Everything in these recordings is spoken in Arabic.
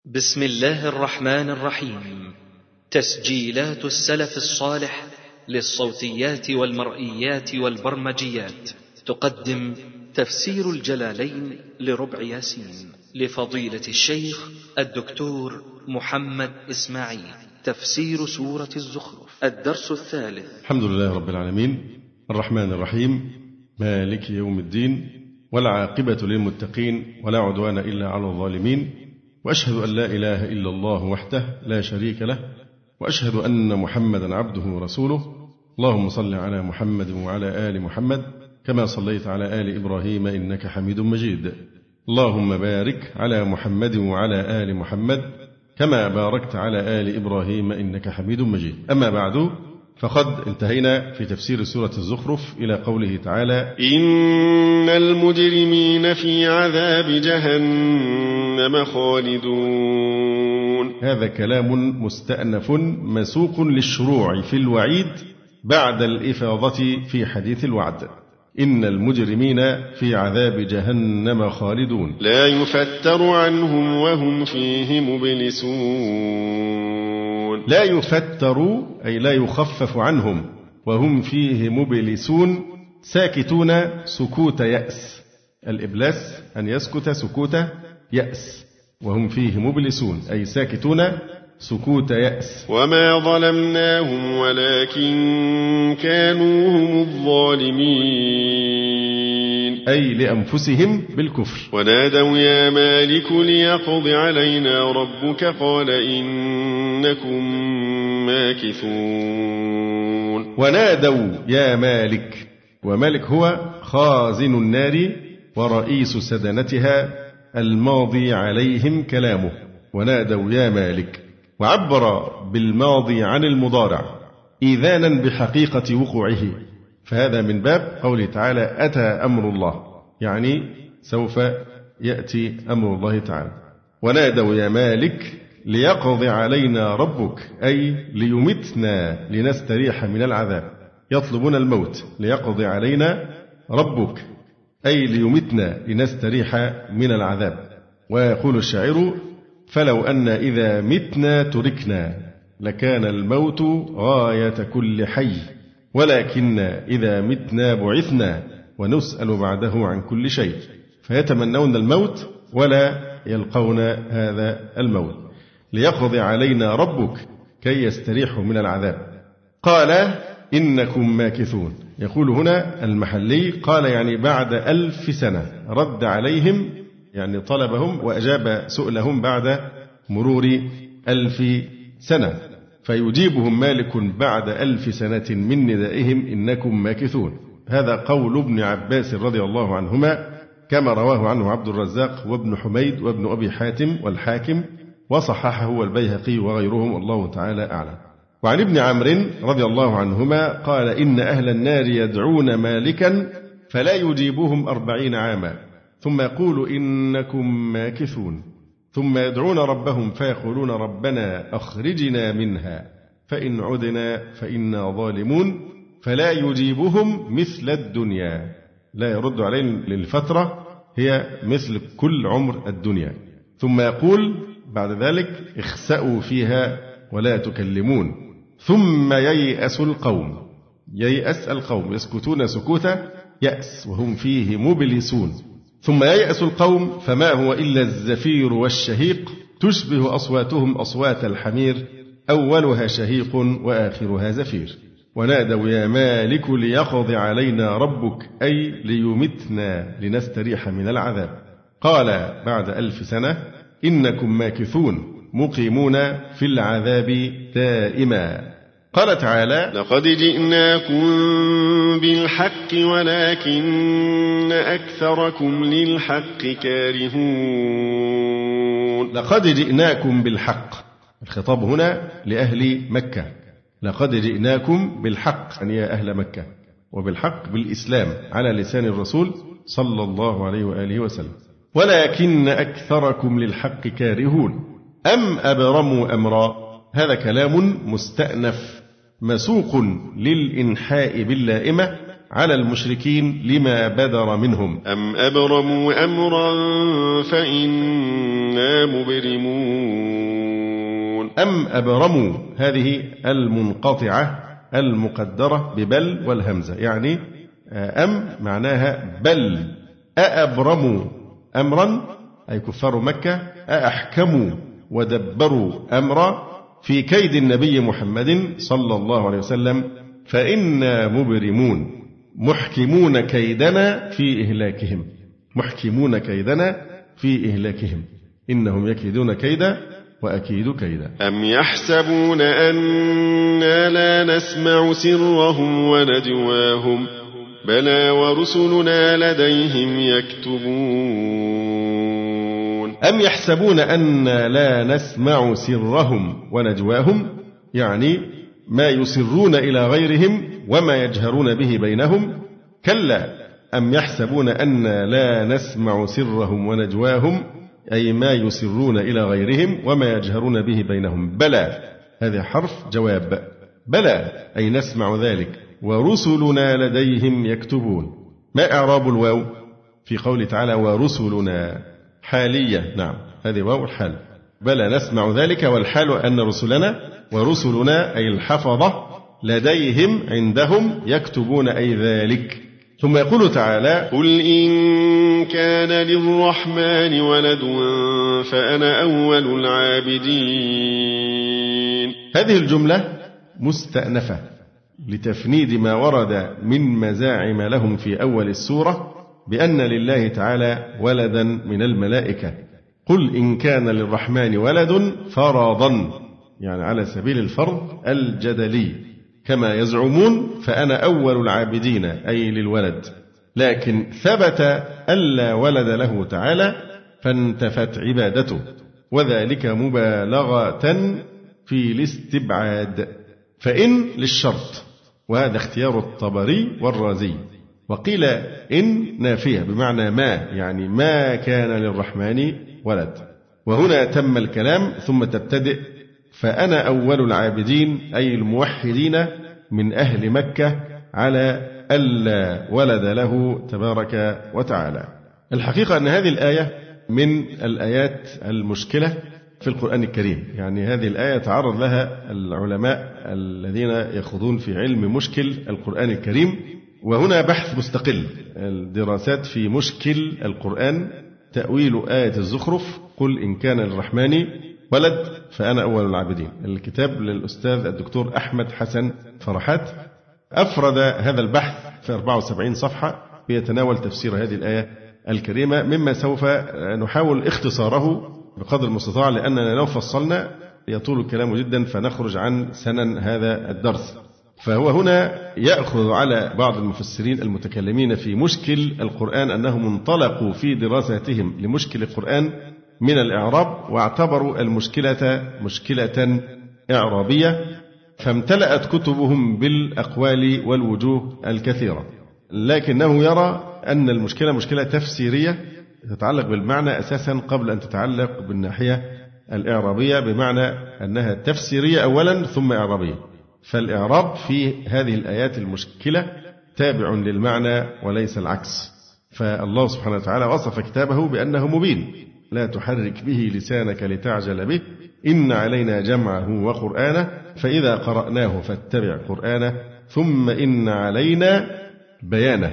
بسم الله الرحمن الرحيم. تسجيلات السلف الصالح للصوتيات والمرئيات والبرمجيات تقدم تفسير الجلالين لربع ياسين لفضيلة الشيخ الدكتور محمد إسماعيل. تفسير سورة الزخرف، الدرس الثالث. الحمد لله رب العالمين، الرحمن الرحيم، مالك يوم الدين، والعاقبة للمتقين، ولا عدوان إلا على الظالمين، وأشهد أن لا إله إلا الله وحده لا شريك له، وأشهد أن محمدا عبده ورسوله. اللهم صل على محمد وعلى آل محمد كما صليت على آل إبراهيم إنك حميد مجيد. اللهم بارك على محمد وعلى آل محمد كما باركت على آل إبراهيم إنك حميد مجيد. أما بعد، فقد انتهينا في تفسير سورة الزخرف إلى قوله تعالى: إن المجرمين في عذاب جهنم خالدون. هذا كلام مستأنف مسوق للشروع في الوعيد بعد الإفاضة في حديث الوعد. إن المجرمين في عذاب جهنم خالدون، لا يفتر عنهم وهم فيه مبلسون. لا يفتر أي لا يخفف عنهم، وهم فيه مبلسون ساكتون سكوت يأس. الإبلاس أن يسكت سكوت يأس، وهم فيه مبلسون أي ساكتون سكوت يأس. وما ظلمناهم ولكن كانوا هم الظالمين، أي لأنفسهم بالكفر. ونادوا يا مالك ليقض علينا ربك قال إنكم ماكثون. ونادوا يا مالك، ومالك هو خازن النار ورئيس سدنتها الماضي عليهم كلامه. ونادوا يا مالك، وعبر بالماضي عن المضارع إيذانا بحقيقة وقوعه، فهذا من باب قوله تعالى: أتى أمر الله، يعني سوف يأتي أمر الله تعالى. ونادوا يا مالك ليقضي علينا ربك، أي ليمتنا لنستريح من العذاب. يطلبون الموت، ليقضي علينا ربك أي ليمتنا لنستريح من العذاب. ويقول الشاعر: فلو أن إذا متنا تركنا لكان الموت غاية كل حي، ولكن إذا متنا بعثنا ونسأل بعده عن كل شيء. فيتمنون الموت ولا يلقون هذا الموت. ليقضي علينا ربك كي يستريحوا من العذاب. قال إنكم ماكثون. يقول هنا المحلي قال يعني بعد 1000 سنة، رد عليهم يعني طلبهم وأجاب سؤلهم بعد مرور 1000 سنة، فيجيبهم مالك بعد 1000 سنة من ندائهم إنكم ماكثون. هذا قول ابن عباس رضي الله عنهما، كما رواه عنه عبد الرزاق وابن حميد وابن أبي حاتم والحاكم، وصححه والبيهقي وغيرهم، والله تعالى أعلم. وعن ابن عمرو رضي الله عنهما قال: إن أهل النار يدعون مالكا فلا يجيبهم 40 عاما، ثم يقول إنكم ماكثون، ثم يدعون ربهم فيقولون ربنا أخرجنا منها فإن عدنا فإنا ظالمون، فلا يجيبهم مثل الدنيا. لا يرد عليهم للفترة، هي مثل كل عمر الدنيا. ثم يقول بعد ذلك: اخسأوا فيها ولا تكلمون. ثم ييأس القوم، ييأس القوم يسكتون سكوت يأس وهم فيه مبلسون. ثم ييأس القوم فما هو إلا الزفير والشهيق، تشبه أصواتهم أصوات الحمير، أولها شهيق وآخرها زفير. ونادوا يا مالك ليقضي علينا ربك أي ليمتنا لنستريح من العذاب. قال بعد 1000 سنة: إنكم ماكثون مقيمون في العذاب دائما. قال تعالى: لقد جئناكم بالحق ولكن أكثركم للحق كارهون. لقد جئناكم بالحق، الخطاب هنا لأهل مكة. لقد جئناكم بالحق يعني يا أهل مكة، وبالحق بالإسلام على لسان الرسول صلى الله عليه وآله وسلم. ولكن أكثركم للحق كارهون. أم أبرموا أمرا، هذا كلام مستأنف مسوق للإنحاء باللائمة على المشركين لما بدر منهم. أم أبرموا أمرا فإنا مبرمون. أم أبرموا هذه المنقطعة المقدرة ببل والهمزة، يعني أم معناها بل، أأبرموا أمرا أي كفار مكة، أأحكموا ودبروا أمرا في كيد النبي محمد صلى الله عليه وسلم فإنا مبرمون محكمون كيدنا في إهلاكهم، محكمون كيدنا في إهلاكهم إنهم يكيدون كيدا وأكيد كيدا. أم يحسبون أنا لا نسمع سرهم ونجواهم بلى ورسلنا لديهم يكتبون. أم يحسبون أنا لا نسمع سرهم ونجواهم، يعني ما يسرون إلى غيرهم وما يجهرون به بينهم. كلا أم يحسبون أنا لا نسمع سرهم ونجواهم أي ما يسرون إلى غيرهم وما يجهرون به بينهم. بلى هذا حرف جواب، بلى أي نسمع ذلك، ورسلنا لديهم يكتبون. ما إعراب الواو في قوله تعالى ورسلنا؟ حالية، نعم هذه واو الحال. بلى نسمع ذلك، والحال أن رسلنا ورسلنا أي الحفظة لديهم عندهم يكتبون أي ذلك. ثم يقول تعالى قل إن كان للرحمن ولد فأنا أول العابدين. هذه الجملة مستأنفة لتفنيد ما ورد من مزاعم لهم في أول السورة بأن لله تعالى ولدا من الملائكة. قل إن كان للرحمن ولد فرضا، يعني على سبيل الفرض الجدلي كما يزعمون، فأنا أول العابدين أي للولد. لكن ثبت ألا ولد له تعالى فانتفت عبادته، وذلك مبالغة في الاستبعاد. فإن للشرط، وهذا اختيار الطبري والرازي. وقيل إن نافية بمعنى ما، يعني ما كان للرحمن ولد. وهنا تم الكلام ثم تبتدئ فأنا أول العابدين أي الموحدين من أهل مكة على ألا ولد له تبارك وتعالى. الحقيقة أن هذه الآية من الآيات المشكلة في القرآن الكريم، يعني هذه الآية تعرض لها العلماء الذين يخوضون في علم مشكل القرآن الكريم، وهنا بحث مستقل، الدراسات في مشكل القرآن، تأويل آية الزخرف قل إن كان للرحمن ولد فأنا أول العابدين. الكتاب للأستاذ الدكتور أحمد حسن فرحات أفرد هذا البحث في 74 صفحة يتناول تفسير هذه الآية الكريمة، مما سوف نحاول اختصاره بقدر المستطاع، لأننا لو فصلنا يطول الكلام جدا فنخرج عن سنن هذا الدرس. فهو هنا يأخذ على بعض المفسرين المتكلمين في مشكل القرآن أنهم انطلقوا في دراستهم لمشكل القرآن من الإعراب، واعتبروا المشكلة مشكلة إعرابية، فامتلأت كتبهم بالأقوال والوجوه الكثيرة. لكنه يرى أن المشكلة مشكلة تفسيرية تتعلق بالمعنى أساسا قبل أن تتعلق بالناحية الإعرابية، بمعنى أنها تفسيرية أولا ثم إعرابية. فالإعراب في هذه الآيات المشكلة تابع للمعنى وليس العكس. فالله سبحانه وتعالى وصف كتابه بأنه مبين، لا تحرك به لسانك لتعجل به إن علينا جمعه وقرآنه فإذا قرأناه فاتبع قرآنه ثم إن علينا بيانه.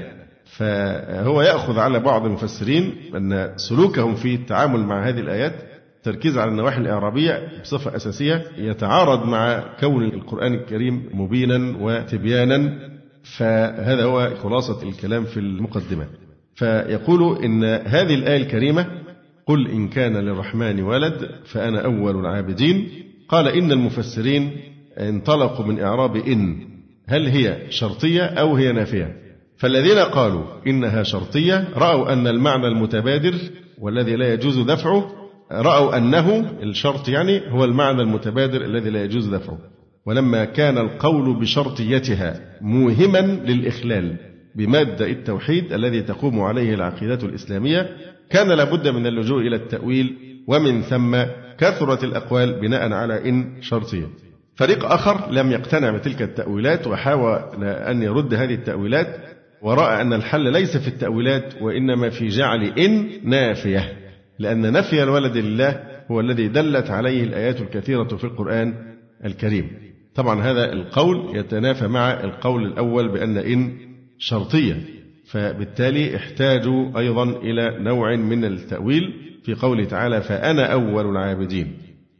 فهو يأخذ على بعض المفسرين أن سلوكهم في التعامل مع هذه الآيات تركيز على النواحي الإعرابية بصفة أساسية يتعارض مع كون القرآن الكريم مبينا وتبيانا. فهذا هو خلاصة الكلام في المقدمة. فيقول إن هذه الآية الكريمة قل إن كان للرحمن ولد فأنا أول العابدين، قال إن المفسرين انطلقوا من إعراب إن، هل هي شرطية أو هي نافية؟ فالذين قالوا إنها شرطية رأوا أن المعنى المتبادر والذي لا يجوز دفعه، رأوا أنه الشرط يعني هو المعنى المتبادر الذي لا يجوز دفعه. ولما كان القول بشرطيتها موهما للإخلال بمادة التوحيد الذي تقوم عليه العقيدة الإسلامية، كان لابد من اللجوء إلى التأويل، ومن ثم كثرت الأقوال بناء على إن شرطية. فريق آخر لم يقتنع بتلك التأويلات وحاول أن يرد هذه التأويلات، ورأى أن الحل ليس في التأويلات وإنما في جعل إن نافية، لأن نفي الولد لله هو الذي دلت عليه الآيات الكثيرة في القرآن الكريم. طبعا هذا القول يتنافى مع القول الأول بأن إن شرطية، فبالتالي احتاجوا أيضا إلى نوع من التأويل في قوله تعالى فأنا أول العابدين.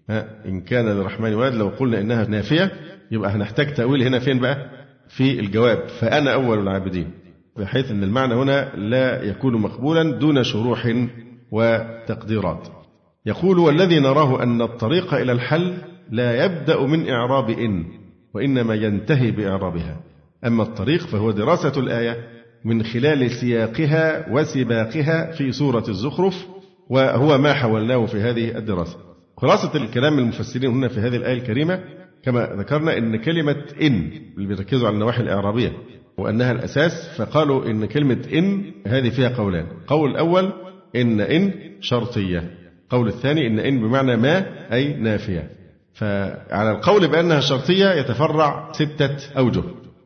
إن كان للرحمن ولد، لو قلنا إنها نافية يبقى هنحتاج تأويل هنا فين بقى؟ في الجواب فأنا أول العابدين، بحيث أن المعنى هنا لا يكون مقبولا دون شروح وتقديرات. يقول والذي نراه أن الطريق إلى الحل لا يبدأ من إعراب إن، وإنما ينتهي بإعرابها. أما الطريق فهو دراسة الآية من خلال سياقها وسباقها في سورة الزخرف، وهو ما حولناه في هذه الدراسة. خلاصة الكلام المفسرين هنا في هذه الآية الكريمة كما ذكرنا أن كلمة إن اللي بيركزوا على النواحي الإعرابية وأنها الأساس، فقالوا إن كلمة إن هذه فيها قولان. قول الأول إن شرطية، قول الثاني إن بمعنى ما أي نافية. فعلى القول بأنها شرطية يتفرع 6 أوجه.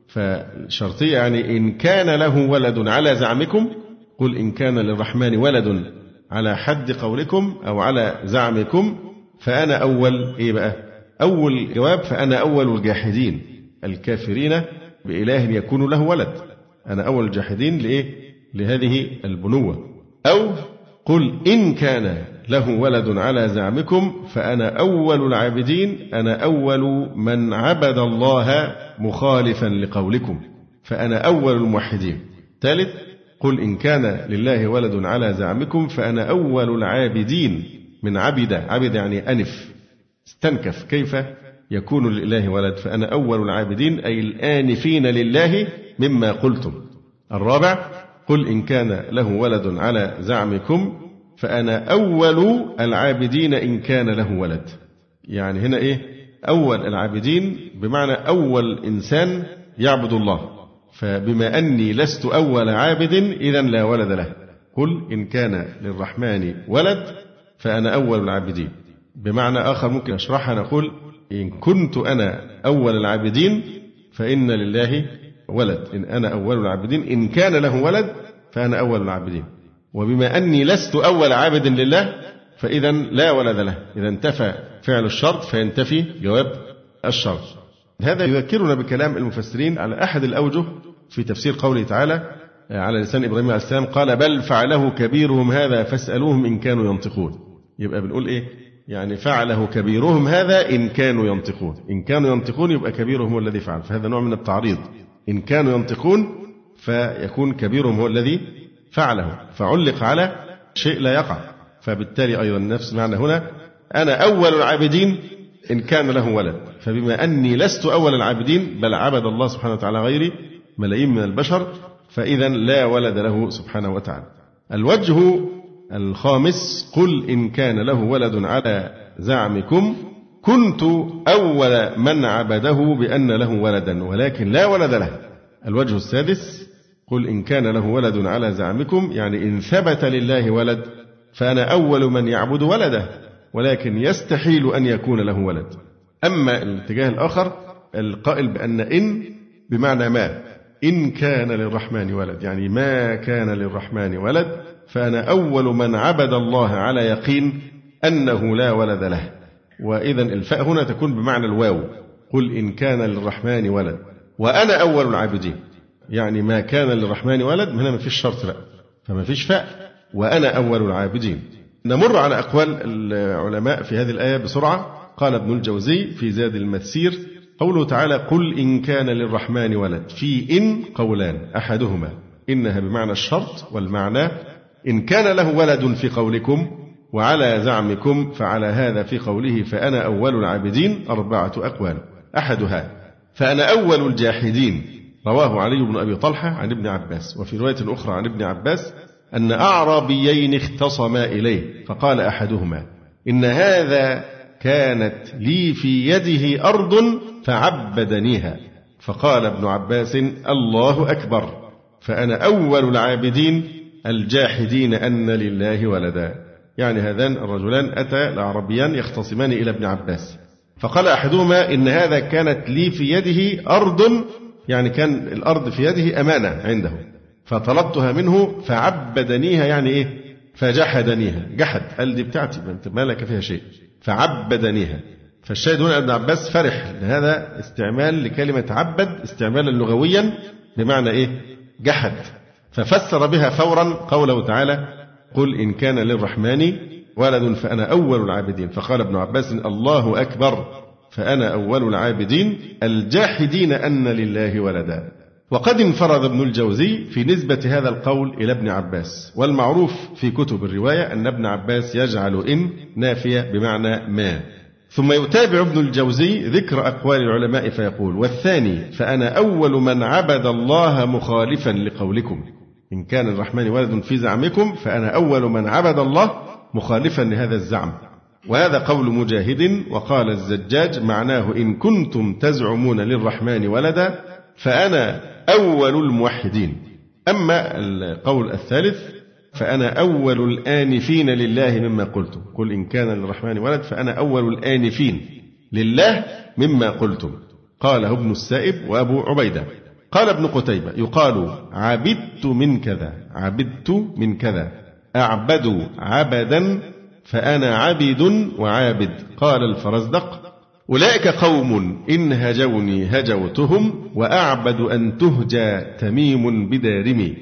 فالشرطية يعني إن كان له ولد على زعمكم، قل إن كان للرحمن ولد على حد قولكم أو على زعمكم فأنا أول إيه بقى؟ أول جواب فأنا أول الجاحدين الكافرين بإله يكون له ولد. أنا أول الجاحدين لإيه؟ لهذه البنوة. أو قل إن كان له ولد على زعمكم فأنا أول العابدين، أنا أول من عبد الله مخالفا لقولكم، فأنا أول الموحدين. ثالث قل إن كان لله ولد على زعمكم فأنا أول العابدين، من عبد يعني أنف استنكف، كيف يكون لله ولد؟ فأنا أول العابدين أي الآنفين لله مما قلتم. الرابع قل إن كان له ولد على زعمكم فأنا أول العابدين إن كان له ولد. يعني هنا إيه؟ أول العابدين بمعنى أول إنسان يعبد الله، فبما أني لست أول عابد إذن لا ولد له. قل إن كان للرحمن ولد فأنا أول العابدين. بمعنى آخر ممكن أشرحها نقول إن كنت أنا أول العابدين فإن لله ولد، إن أنا أول العابدين إن كان له ولد فأنا أول العابدين. وبما أني لست أول عابد لله فإذا لا ولد له، إذا انتفى فعل الشرط فينتفي جواب الشرط. هذا يذكرنا بكلام المفسرين على أحد الأوجه في تفسير قوله تعالى على لسان إبراهيم عليه السلام قال بل فعله كبيرهم هذا فاسألوهم إن كانوا ينطقون. يبقى بنقول إيه؟ يعني فعله كبيرهم هذا إن كانوا ينطقون، إن كانوا ينطقون يبقى كبيرهم هو الذي فعل، فهذا نوع من التعريض. إن كانوا ينطقون فيكون كبيرهم هو الذي فعله، فعلق على شيء لا يقع، فبالتالي أيضا نفس معنى هنا أنا أول العابدين إن كان له ولد، فبما أني لست أول العابدين بل عبد الله سبحانه وتعالى غيري ملايين من البشر فإذا لا ولد له سبحانه وتعالى. الوجه الخامس قل إن كان له ولد على زعمكم كنت أول من عبده بأن له ولدا ولكن لا ولد له. الوجه السادس قل إن كان له ولد على زعمكم يعني إن ثبت لله ولد فأنا أول من يعبد ولده ولكن يستحيل أن يكون له ولد. أما الاتجاه الآخر القائل بأن إن بمعنى ما، إن كان للرحمن ولد يعني ما كان للرحمن ولد فأنا أول من عبد الله على يقين أنه لا ولد له. وإذا الفاء هنا تكون بمعنى الواو، قل إن كان للرحمن ولد وأنا أول العابدين، يعني ما كان للرحمن ولد هنا ما فيش شرط بقى، فما فيش فاء، وأنا أول العابدين. نمر على أقوال العلماء في هذه الآية بسرعة. قال ابن الجوزي في زاد المسير قوله تعالى قل إن كان للرحمن ولد، في إن قولان أحدهما إنها بمعنى الشرط، والمعنى إن كان له ولد في قولكم وعلى زعمكم فعلى هذا في قوله فأنا أول العابدين 4 أقوال. أحدها فأنا أول الجاحدين رواه علي بن أبي طلحة عن ابن عباس، وفي رواية أخرى عن ابن عباس أن أعرابيين اختصما إليه فقال أحدهما إن هذا كانت لي في يده أرض فعبدنيها، فقال ابن عباس الله أكبر فأنا أول العابدين الجاحدين أن لله ولدا. يعني هذان الرجلان أتى الأعرابيان يختصمان إلى ابن عباس، فقال أحدهما إن هذا كانت لي في يده أرض، يعني كان الأرض في يده أمانة عنده، فطلبتها منه فعبدنيها يعني إيه؟ فجحدنيها. جحد قال دي بتاعتي، أنت ما لك فيها شيء. فعبدنيها. فالشاهد هنا ابن عباس فرح لهذا استعمال لكلمة عبد استعمالا لغويا بمعنى إيه؟ جحد. ففسر بها فورا قوله تعالى: قل إن كان للرحمن ولد فأنا أول العابدين. فقال ابن عباس: الله أكبر فأنا أول العابدين الجاحدين أن لله ولدا. وقد انفرد ابن الجوزي في نسبة هذا القول إلى ابن عباس، والمعروف في كتب الرواية أن ابن عباس يجعل إن نافية بمعنى ما. ثم يتابع ابن الجوزي ذكر أقوال العلماء فيقول: والثاني فأنا أول من عبد الله مخالفا لقولكم إن كان الرحمن ولد في زعمكم فأنا أول من عبد الله مخالفا لهذا الزعم. وهذا قول مجاهد. وقال الزجاج معناه إن كنتم تزعمون للرحمن ولدا فأنا أول الموحدين. أما القول الثالث فأنا أول الآنفين لله مما قلتم. قل إن كان للرحمن ولد فأنا أول الآنفين لله مما قلتم. قاله ابن السائب وأبو عبيدة. قال ابن قتيبة: يقال عبدت من كذا، عبدت من كذا، أعبد عبدا فأنا عبد وعابد. قال الفرزدق: أولئك قوم إن هجوني هجوتهم وأعبد أن تهجى تميم بدارمي.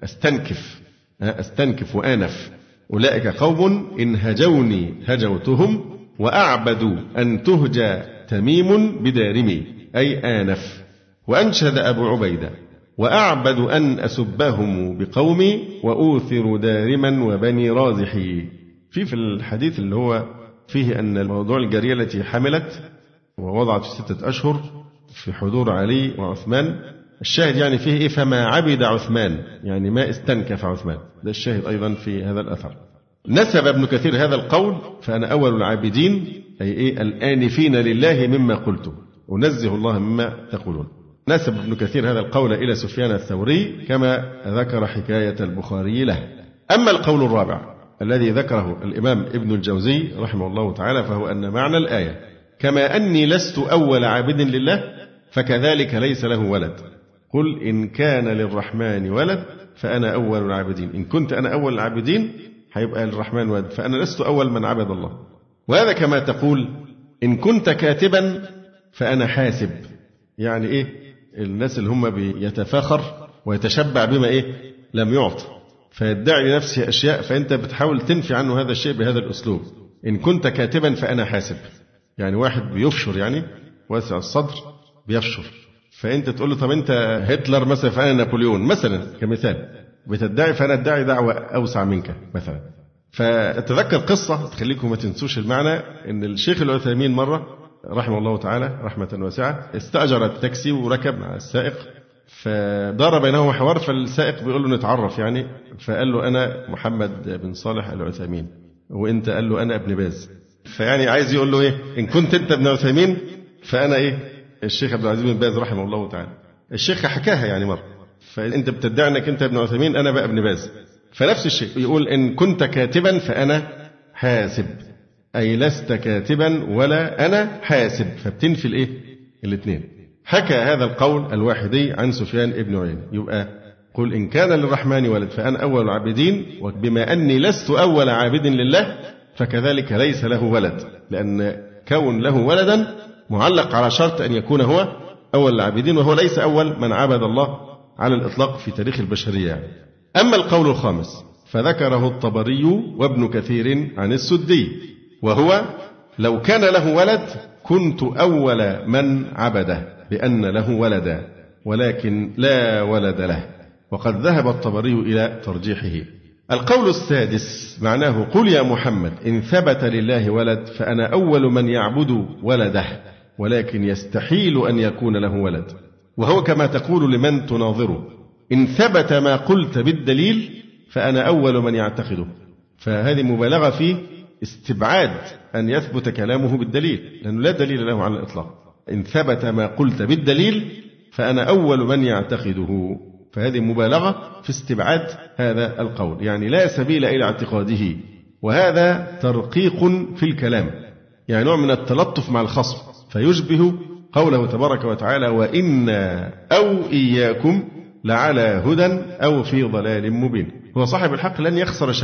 أستنكف وآنف. أولئك قوم إن هجوني هجوتهم وأعبد أن تهجى تميم بدارمي، أي آنف. وأنشد أبو عبيدة: وأعبد أن أسبهم بقومي وأوثر دارما وبني رازحي. في الحديث اللي هو فيه أن موضوع الجارية التي حملت ووضعت في 6 أشهر في حضور علي وعثمان، الشاهد يعني فيه إيه؟ فما عبد عثمان، يعني ما استنكف عثمان. ده الشاهد أيضا في هذا الأثر. نسب ابن كثير هذا القول فأنا أول العابدين أي إيه؟ الآنفين لله مما قلت، أنزه الله مما تقولون. نسب ابن كثير هذا القول إلى سفيان الثوري كما ذكر حكاية البخاري له. أما القول الرابع الذي ذكره الإمام ابن الجوزي رحمه الله تعالى فهو أن معنى الآية كما أني لست أول عابد لله فكذلك ليس له ولد. قل إن كان للرحمن ولد فأنا أول العابدين. إن كنت أنا أول العابدين هيبقى للرحمن ولد، فأنا لست أول من عبد الله. وهذا كما تقول إن كنت كاتبا فأنا حاسب. يعني إيه؟ الناس اللي هم بيتفاخر ويتشبع بما إيه؟ لم يعط، فيدعي لنفسه أشياء، فأنت بتحاول تنفي عنه هذا الشيء بهذا الأسلوب. إن كنت كاتبا فأنا حاسب. يعني واحد بيفشر، يعني واسع الصدر بيفشر، فأنت تقول له طب أنت هتلر مثلا فأنا نابليون مثلا كمثال، بتدعي فأنا أدعي دعوة أوسع منك مثلا. فتذكر قصة تخليكم ما تنسوش المعنى. إن الشيخ العثيمين مرة رحمه الله تعالى رحمة واسعة استأجر التاكسي وركب مع السائق، فدار بينهما حوار. فالسائق بيقول له نتعرف يعني، فقال له أنا محمد بن صالح العثيمين، وأنت قال له أنا ابن باز. فيعني عايز يقول له إيه؟ إن كنت أنت ابن عثيمين فأنا إيه؟ الشيخ عبد العزيز بن باز رحمه الله تعالى. الشيخ حكاها يعني مرة، فأنت بتدعي أنك أنت ابن عثيمين، أنا بقى ابن باز. فنفس الشيء يقول إن كنت كاتبا فأنا حاسب، أي لست كاتبا ولا أنا حاسب، فبتنفي الإيه؟ الاثنين. حكى هذا القول الواحدي عن سفيان ابن عيينة. يبقى قل إن كان للرحمن ولد فأنا أول العابدين، وبما أني لست أول عابد لله فكذلك ليس له ولد، لأن كون له ولدا معلق على شرط أن يكون هو أول العابدين، وهو ليس أول من عبد الله على الإطلاق في تاريخ البشرية يعني. أما القول الخامس فذكره الطبري وابن كثير عن السدي، وهو لو كان له ولد كنت أول من عبده بأن له ولدا، ولكن لا ولد له. وقد ذهب الطبري إلى ترجيحه. القول السادس معناه قل يا محمد إن ثبت لله ولد فأنا أول من يعبد ولده، ولكن يستحيل أن يكون له ولد. وهو كما تقول لمن تناظره إن ثبت ما قلت بالدليل فأنا أول من يعتقده. فهذه مبالغة في استبعاد أن يثبت كلامه بالدليل، لأنه لا دليل له على الإطلاق. إن ثبت ما قلت بالدليل فأنا أول من يعتقده. فهذه مبالغة في استبعاد هذا القول، يعني لا سبيل إلى اعتقاده. وهذا ترقيق في الكلام، يعني نوع من التلطف مع الخصم، فيشبه قوله تبارك وتعالى وإنا أو إياكم لعلى هدى أو في ضلال مبين. هو صاحب الحق لن يخسر شيء،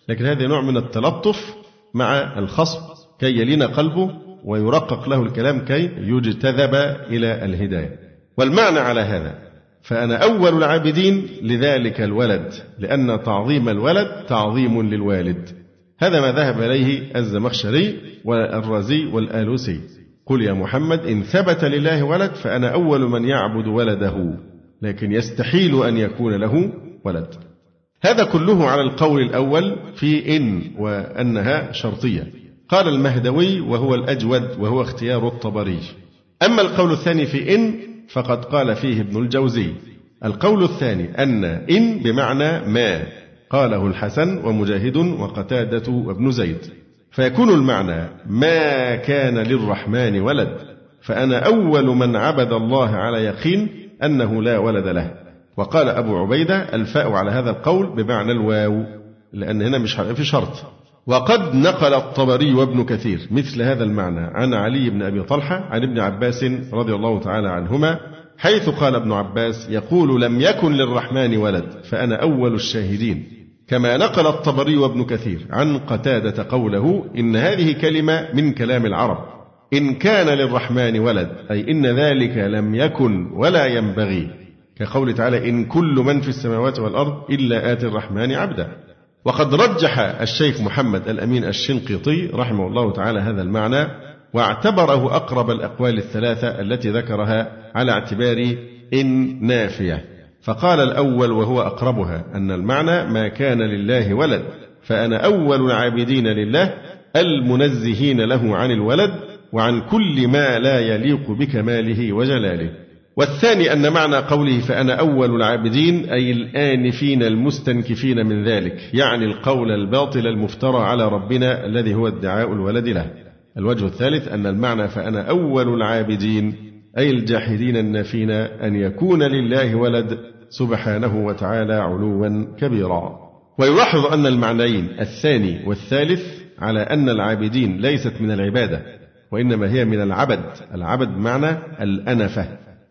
لكن هذا نوع من التلطف مع الخصم كي يلين قلبه ويرقق له الكلام كي يجتذب إلى الهداية. والمعنى على هذا فأنا أول العابدين لذلك الولد، لأن تعظيم الولد تعظيم للوالد. هذا ما ذهب إليه الزمخشري والرازي والآلوسي. قل يا محمد إن ثبت لله ولد فأنا أول من يعبد ولده، لكن يستحيل أن يكون له ولد. هذا كله على القول الأول في إن وأنها شرطية. قال المهدوي وهو الأجود وهو اختيار الطبري. أما القول الثاني في إن فقد قال فيه ابن الجوزي. القول الثاني أن إن بمعنى ما، قاله الحسن ومجاهد وقتادة وابن زيد، فيكون المعنى ما كان للرحمن ولد فأنا أول من عبد الله على يقين أنه لا ولد له. وقال أبو عبيدة الفاء على هذا القول بمعنى الواو، لأن هنا مش في شرط. وقد نقل الطبري وابن كثير مثل هذا المعنى عن علي بن أبي طلحة عن ابن عباس رضي الله تعالى عنهما، حيث قال ابن عباس يقول لم يكن للرحمن ولد فأنا أول الشاهدين. كما نقل الطبري وابن كثير عن قتادة قوله إن هذه كلمة من كلام العرب، إن كان للرحمن ولد أي إن ذلك لم يكن ولا ينبغي، كقول تعالى إن كل من في السماوات والأرض إلا آتي الرحمن عبدا. وقد رجح الشيخ محمد الأمين الشنقيطي رحمه الله تعالى هذا المعنى، واعتبره أقرب الأقوال الثلاثة التي ذكرها على اعتبار إن نافية. فقال الأول وهو أقربها أن المعنى ما كان لله ولد فأنا أول العابدين لله المنزهين له عن الولد وعن كل ما لا يليق بكماله وجلاله. والثاني أن معنى قوله فأنا أول العابدين أي الآنفين المستنكفين من ذلك، يعني القول الباطل المفترى على ربنا الذي هو ادعاء الولد له. الوجه الثالث أن المعنى فأنا أول العابدين أي الجاحدين النافين أن يكون لله ولد سبحانه وتعالى علوا كبيرا. ويلاحظ أن المعنيين الثاني والثالث على أن العابدين ليست من العبادة وإنما هي من العبد. العبد بمعنى الأنفة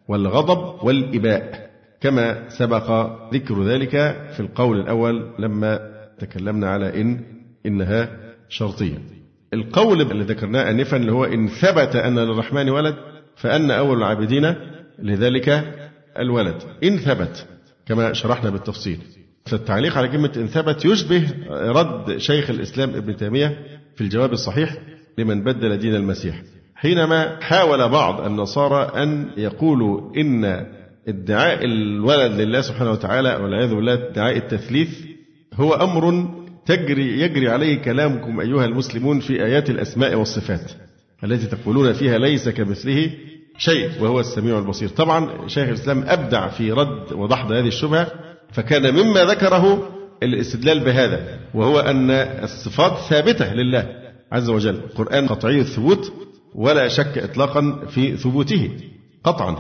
والغضب والإباء، كما سبق ذكر ذلك في القول الأول لما تكلمنا على إنها شرطية. القول اللي ذكرناه آنفا اللي هو إن ثبت أن للرحمن ولد فأن أول العابدين لذلك الولد، إن ثبت كما شرحنا بالتفصيل. فالتعليق على كلمة إن ثبت يشبه رد شيخ الإسلام ابن تيمية في الجواب الصحيح لمن بدل دين المسيح، حينما حاول بعض النصارى أن يقولوا إن ادعاء الولد لله سبحانه وتعالى والعياذ بالله ادعاء التثليث هو أمر يجري عليه كلامكم أيها المسلمون في آيات الأسماء والصفات التي تقولون فيها ليس كمثله شيء وهو السميع البصير. طبعا شيخ الإسلام أبدع في رد ودحض هذه الشبهة، فكان مما ذكره الاستدلال بهذا، وهو أن الصفات ثابتة لله عز وجل. القرآن قطعي الثبوت ولا شك إطلاقا في ثبوته قطعا،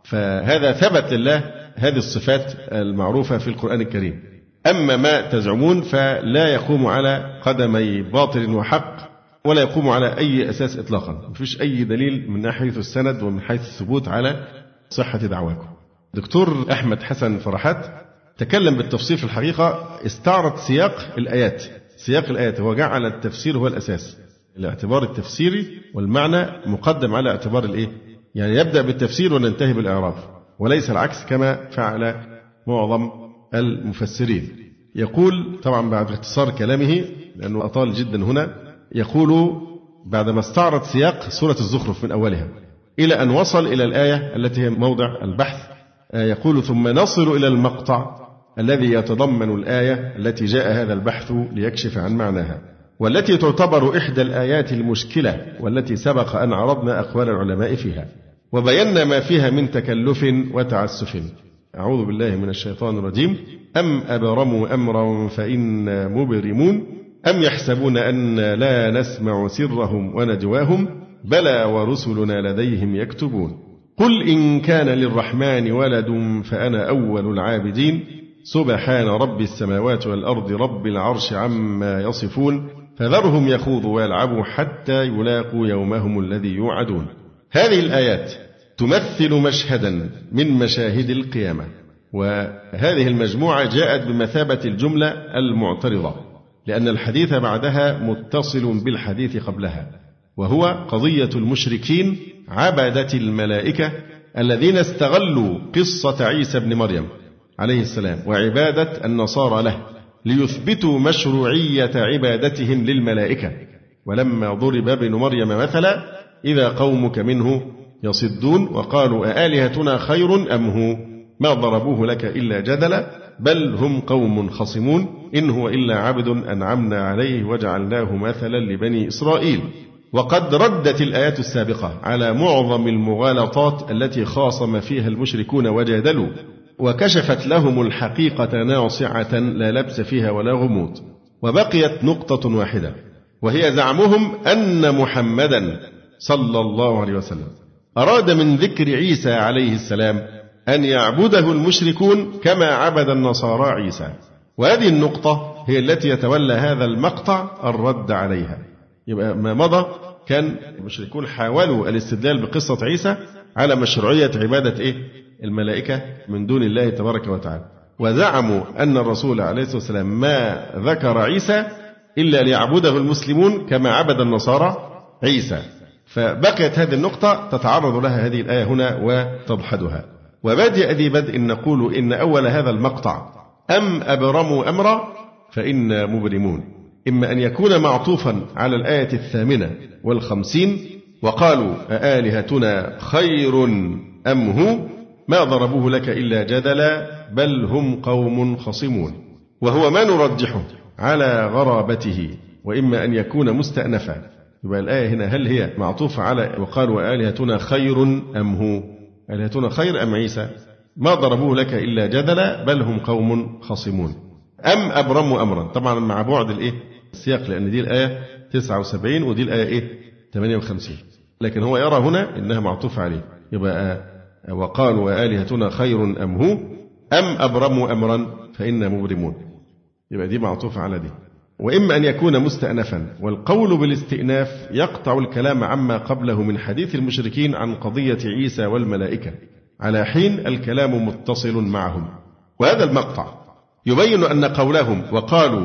فهذا ثبت لله هذه الصفات المعروفة في القرآن الكريم. أما ما تزعمون فلا يقوم على قدمي باطل وحق ولا يقوم على أي أساس إطلاقا، مفيش أي دليل من حيث السند ومن حيث الثبوت على صحة دعواكم. دكتور أحمد حسن فرحات تكلم بالتفصيل في الحقيقة، استعرض سياق الآيات. سياق الآيات هو جعل التفسير هو الأساس، الاعتبار التفسيري والمعنى مقدم على اعتبار يعني يبدأ بالتفسير وننتهي بالإعراب، وليس العكس كما فعل معظم المفسرين. يقول طبعا بعد اختصار كلامه لأنه أطال جدا هنا، يقول بعدما استعرض سياق سورة الزخرف من أولها إلى أن وصل إلى الآية التي هي موضع البحث، يقول ثم نصل إلى المقطع الذي يتضمن الآية التي جاء هذا البحث ليكشف عن معناها، والتي تعتبر إحدى الآيات المشكلة والتي سبق أن عرضنا أقوال العلماء فيها وبينا ما فيها من تكلف وتعسف. أعوذ بالله من الشيطان الرجيم. أم أبرموا أمرا فإنا مبرمون أم يحسبون أن لا نسمع سرهم ونجواهم بلى ورسلنا لديهم يكتبون. قل إن كان للرحمن ولد فأنا أول العابدين سبحان رب السماوات والأرض رب العرش عما يصفون فذرهم يخوضوا ويلعبوا حتى يلاقوا يومهم الذي يوعدون. هذه الآيات تمثل مشهدا من مشاهد القيامة، وهذه المجموعة جاءت بمثابة الجملة المعترضة، لأن الحديث بعدها متصل بالحديث قبلها، وهو قضية المشركين عبدة الملائكة الذين استغلوا قصة عيسى بن مريم عليه السلام وعبادة النصارى له ليثبتوا مشروعية عبادتهم للملائكة. ولما ضرب ابن مريم مثلا إذا قومك منه يصدون وقالوا أآلهتنا خير أم هو ما ضربوه لك إلا جدلا بل هم قوم خصمون إن هو إلا عبد أنعمنا عليه وجعلناه مثلا لبني إسرائيل. وقد ردت الآيات السابقة على معظم المغالطات التي خاصم فيها المشركون وجادلوا، وكشفت لهم الحقيقة ناصعة لا لبس فيها ولا غموض. وبقيت نقطة واحدة، وهي زعمهم أن محمدا صلى الله عليه وسلم أراد من ذكر عيسى عليه السلام أن يعبده المشركون كما عبد النصارى عيسى. وهذه النقطة هي التي يتولى هذا المقطع الرد عليها. يبقى ما مضى كان المشركون حاولوا الاستدلال بقصة عيسى على مشروعية عبادة الملائكة من دون الله تبارك وتعالى، وزعموا أن الرسول عليه الصلاة والسلام ما ذكر عيسى إلا ليعبده المسلمون كما عبد النصارى عيسى. فبقيت هذه النقطة تتعرض لها هذه الآية هنا وتضحدها. وبادئ ذي بدء نقول إن أول هذا المقطع أم أبرموا أمرا فإنا مبرمون، إما أن يكون معطوفا على الآية 58 وقالوا أآلهتنا خير أم هو ما ضربوه لك إلا جدلا بل هم قوم خصمون، وهو ما نرجحه على غرابته، وإما أن يكون مستأنفا. يبقى الآية هنا هل هي معطوفة على وقالوا آلهتنا خير أم هو آلهتنا خير أم عيسى ما ضربوه لك إلا جدلا بل هم قوم خصمون، أم أبرموا أمرا. طبعا مع بعد السياق، لأن دي الآية 79 ودي الآية 58، لكن هو يرى هنا إنها معطوفة عليه. يبقى وقالوا آلهتنا خير أم هو أم أبرموا أمرا فإنا مبرمون، يبقى دي معطوفة على دي. وإما أن يكون مستأنفا، والقول بالاستئناف يقطع الكلام عما قبله من حديث المشركين عن قضية عيسى والملائكة على حين الكلام متصل معهم. وهذا المقطع يبين أن قولهم وقالوا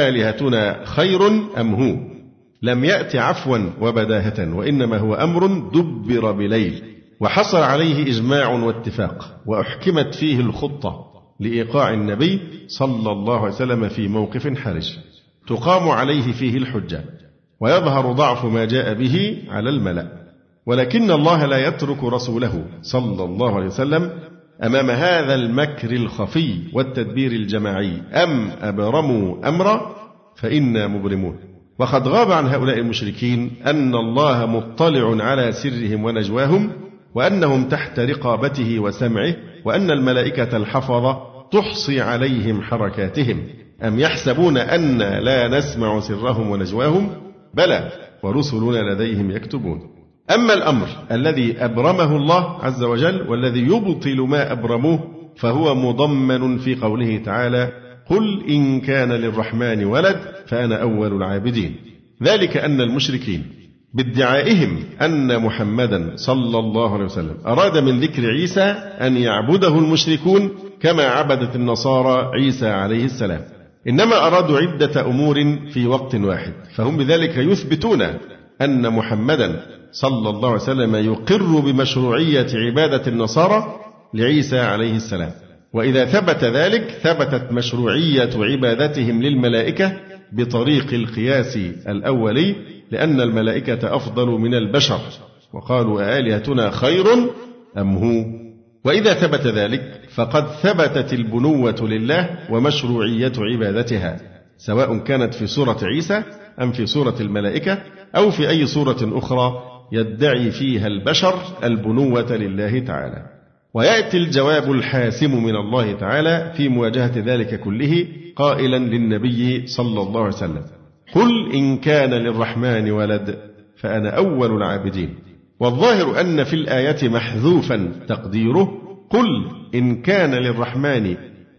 آلهتنا خير أم هو لم يأتي عفوا وبداهة، وإنما هو أمر دبر بليل وحصل عليه إجماع واتفاق، وأحكمت فيه الخطة لإيقاع النبي صلى الله عليه وسلم في موقف حرج تقام عليه فيه الحجة، ويظهر ضعف ما جاء به على الملأ. ولكن الله لا يترك رسوله صلى الله عليه وسلم أمام هذا المكر الخفي والتدبير الجماعي. أم أبرموا أمرا فإنا مبرمون. وقد غاب عن هؤلاء المشركين أن الله مطلع على سرهم ونجواهم، وأنهم تحت رقابته وسمعه، وأن الملائكة الحفظة تحصي عليهم حركاتهم. أم يحسبون أن لا نسمع سرهم ونجواهم بلى ورسلنا لديهم يكتبون. أما الأمر الذي أبرمه الله عز وجل والذي يبطل ما أبرموه فهو مضمن في قوله تعالى قل إن كان للرحمن ولد فأنا أول العابدين. ذلك أن المشركين بادعائهم أن محمدا صلى الله عليه وسلم أراد من ذكر عيسى أن يعبده المشركون كما عبدت النصارى عيسى عليه السلام، إنما أرادوا عدة أمور في وقت واحد، فهم بذلك يثبتون أن محمدا صلى الله عليه وسلم يقر بمشروعية عبادة النصارى لعيسى عليه السلام. وإذا ثبت ذلك ثبتت مشروعية عبادتهم للملائكة بطريق القياس الأولي، لأن الملائكة أفضل من البشر، وقالوا آلهتنا خير أم هو. وإذا ثبت ذلك فقد ثبتت البنوة لله ومشروعية عبادتها، سواء كانت في سورة عيسى أم في سورة الملائكة أو في أي سورة أخرى يدعي فيها البشر البنوة لله تعالى. ويأتي الجواب الحاسم من الله تعالى في مواجهة ذلك كله قائلا للنبي صلى الله عليه وسلم قل إن كان للرحمن ولد فأنا أول العابدين. والظاهر أن في الآية محذوفا تقديره قل إن كان للرحمن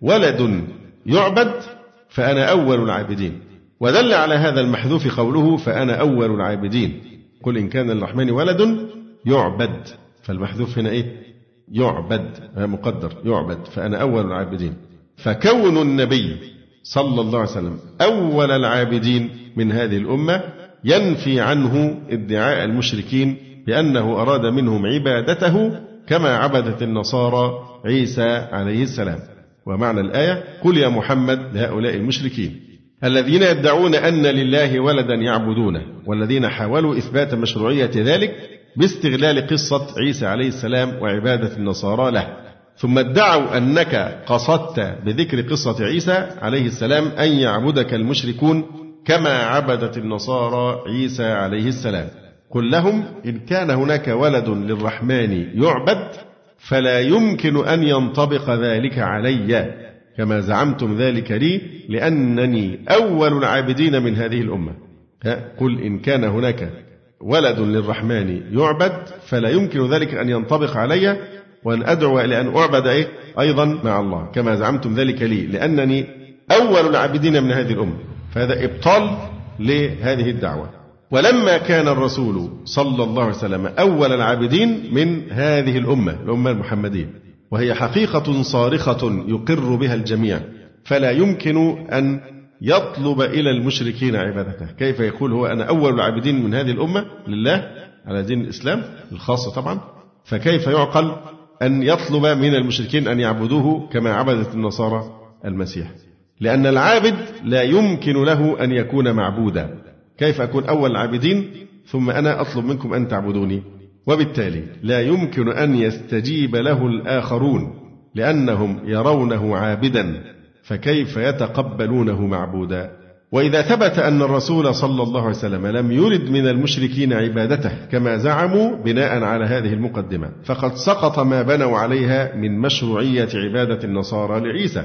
ولد يعبد فأنا أول العابدين. ودل على هذا المحذوف قوله فأنا أول العابدين. قل إن كان للرحمن ولد يعبد، فالمحذوف هنا يعبد، مقدر يعبد، فأنا أول العابدين. فكون النبي صلى الله عليه وسلم أول العابدين من هذه الأمة ينفي عنه ادعاء المشركين بأنه أراد منهم عبادته كما عبدت النصارى عيسى عليه السلام. ومعنى الآية: قل يا محمد لهؤلاء المشركين الذين يدعون أن لله ولدا يعبدونه، والذين حاولوا إثبات مشروعية ذلك باستغلال قصة عيسى عليه السلام وعبادة النصارى له، ثم ادعوا أنك قصدت بذكر قصة عيسى عليه السلام أن يعبدك المشركون كما عبدت النصارى عيسى عليه السلام. قل لهم: إن كان هناك ولد للرحمن يعبد فلا يمكن أن ينطبق ذلك علي كما زعمتم ذلك لي، لأنني أول العابدين من هذه الأمة. قل إن كان هناك ولد للرحمن يعبد فلا يمكن ذلك أن ينطبق علي وأن أدعو إلى أن أعبد أيضا مع الله كما زعمتم ذلك لي، لأنني أول العابدين من هذه الأمة. فهذا إبطال لهذه الدعوة. ولما كان الرسول صلى الله عليه وسلم أول العابدين من هذه الأمة المحمدية، وهي حقيقة صارخة يقر بها الجميع، فلا يمكن أن يطلب إلى المشركين عبادته. كيف يقول هو أنا أول العابدين من هذه الأمة لله على دين الإسلام الخاص طبعا، فكيف يعقل أن يطلب من المشركين أن يعبدوه كما عبدت النصارى المسيح؟ لأن العابد لا يمكن له أن يكون معبودا. كيف أكون أول العابدين ثم أنا أطلب منكم أن تعبدوني؟ وبالتالي لا يمكن أن يستجيب له الآخرون لأنهم يرونه عابدا، فكيف يتقبلونه معبودا؟ وإذا ثبت أن الرسول صلى الله عليه وسلم لم يرد من المشركين عبادته كما زعموا بناء على هذه المقدمة، فقد سقط ما بنوا عليها من مشروعية عبادة النصارى لعيسى،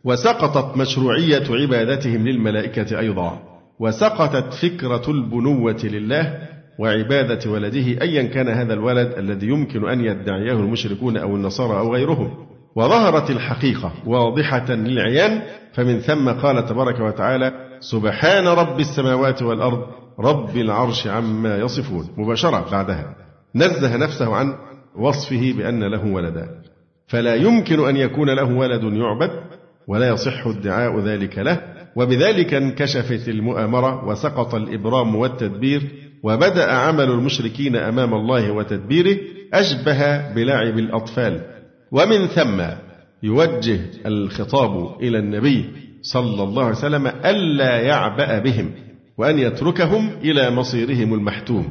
وسقطت مشروعية عبادتهم للملائكة أيضا، وسقطت فكرة البنوة لله وعبادة ولده أيا كان هذا الولد الذي يمكن أن يدعيه المشركون أو النصارى أو غيرهم. وظهرت الحقيقة واضحة للعيان، فمن ثم قال تبارك وتعالى: سبحان رب السماوات والأرض رب العرش عما يصفون. مباشرة بعدها نزه نفسه عن وصفه بأن له ولدا، فلا يمكن أن يكون له ولد يعبد ولا يصح ادعاء ذلك له. وبذلك انكشفت المؤامرة وسقط الإبرام والتدبير، وبدأ عمل المشركين أمام الله وتدبيره أشبه بلعب الأطفال. ومن ثم يوجه الخطاب إلى النبي صلى الله عليه وسلم ألا يعبأ بهم وأن يتركهم إلى مصيرهم المحتوم،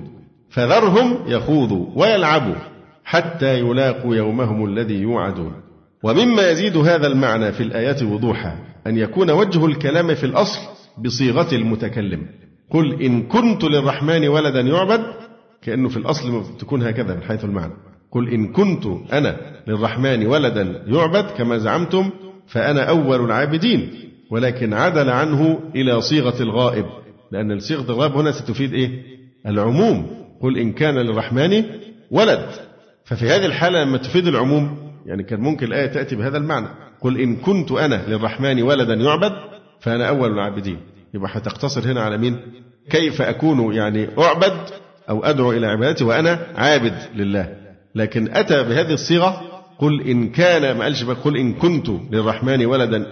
فذرهم يخوضوا ويلعبوا حتى يلاقوا يومهم الذي يوعدون. ومما يزيد هذا المعنى في الآيات وضوحا أن يكون وجه الكلام في الأصل بصيغة المتكلم: قل إن كنت للرحمن ولدا يعبد، كأنه في الأصل تكون هكذا من حيث المعنى: قل إن كنت أنا للرحمن ولدا يعبد كما زعمتم فأنا أول العابدين، ولكن عدل عنه إلى صيغة الغائب، لأن صيغة الغائب هنا ستفيد العموم. قل إن كان للرحمن ولد، ففي هذه الحالة لما تفيد العموم يعني كان ممكن الآية تأتي بهذا المعنى: قل إن كنت أنا للرحمن ولدا يعبد فأنا أول العابدين. يبقى هتقتصر هنا على مين؟ كيف أكون أعبد أو أدعو إلى عبادتي وأنا عابد لله؟ لكن أتى بهذه الصيغة: قل إن كان، ما قالش قل إن كنت للرحمن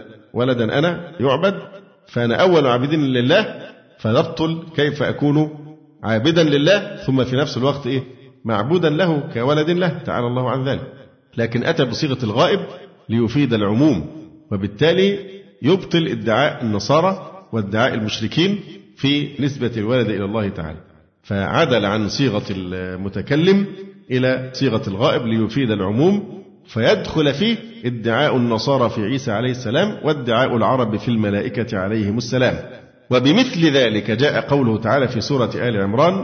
ولدا أنا يعبد فأنا أول عابدين لله، فنبطل كيف أكون عابدا لله ثم في نفس الوقت معبودا له كولد له، تعالى الله عن ذلك. لكن أتى بصيغة الغائب ليفيد العموم، وبالتالي يبطل ادعاء النصارى وادعاء المشركين في نسبة الولد إلى الله تعالى، فعدل عن صيغة المتكلم إلى صيغة الغائب ليفيد العموم، فيدخل فيه ادعاء النصارى في عيسى عليه السلام وادعاء العرب في الملائكة عليهم السلام. وبمثل ذلك جاء قوله تعالى في سورة آل عمران: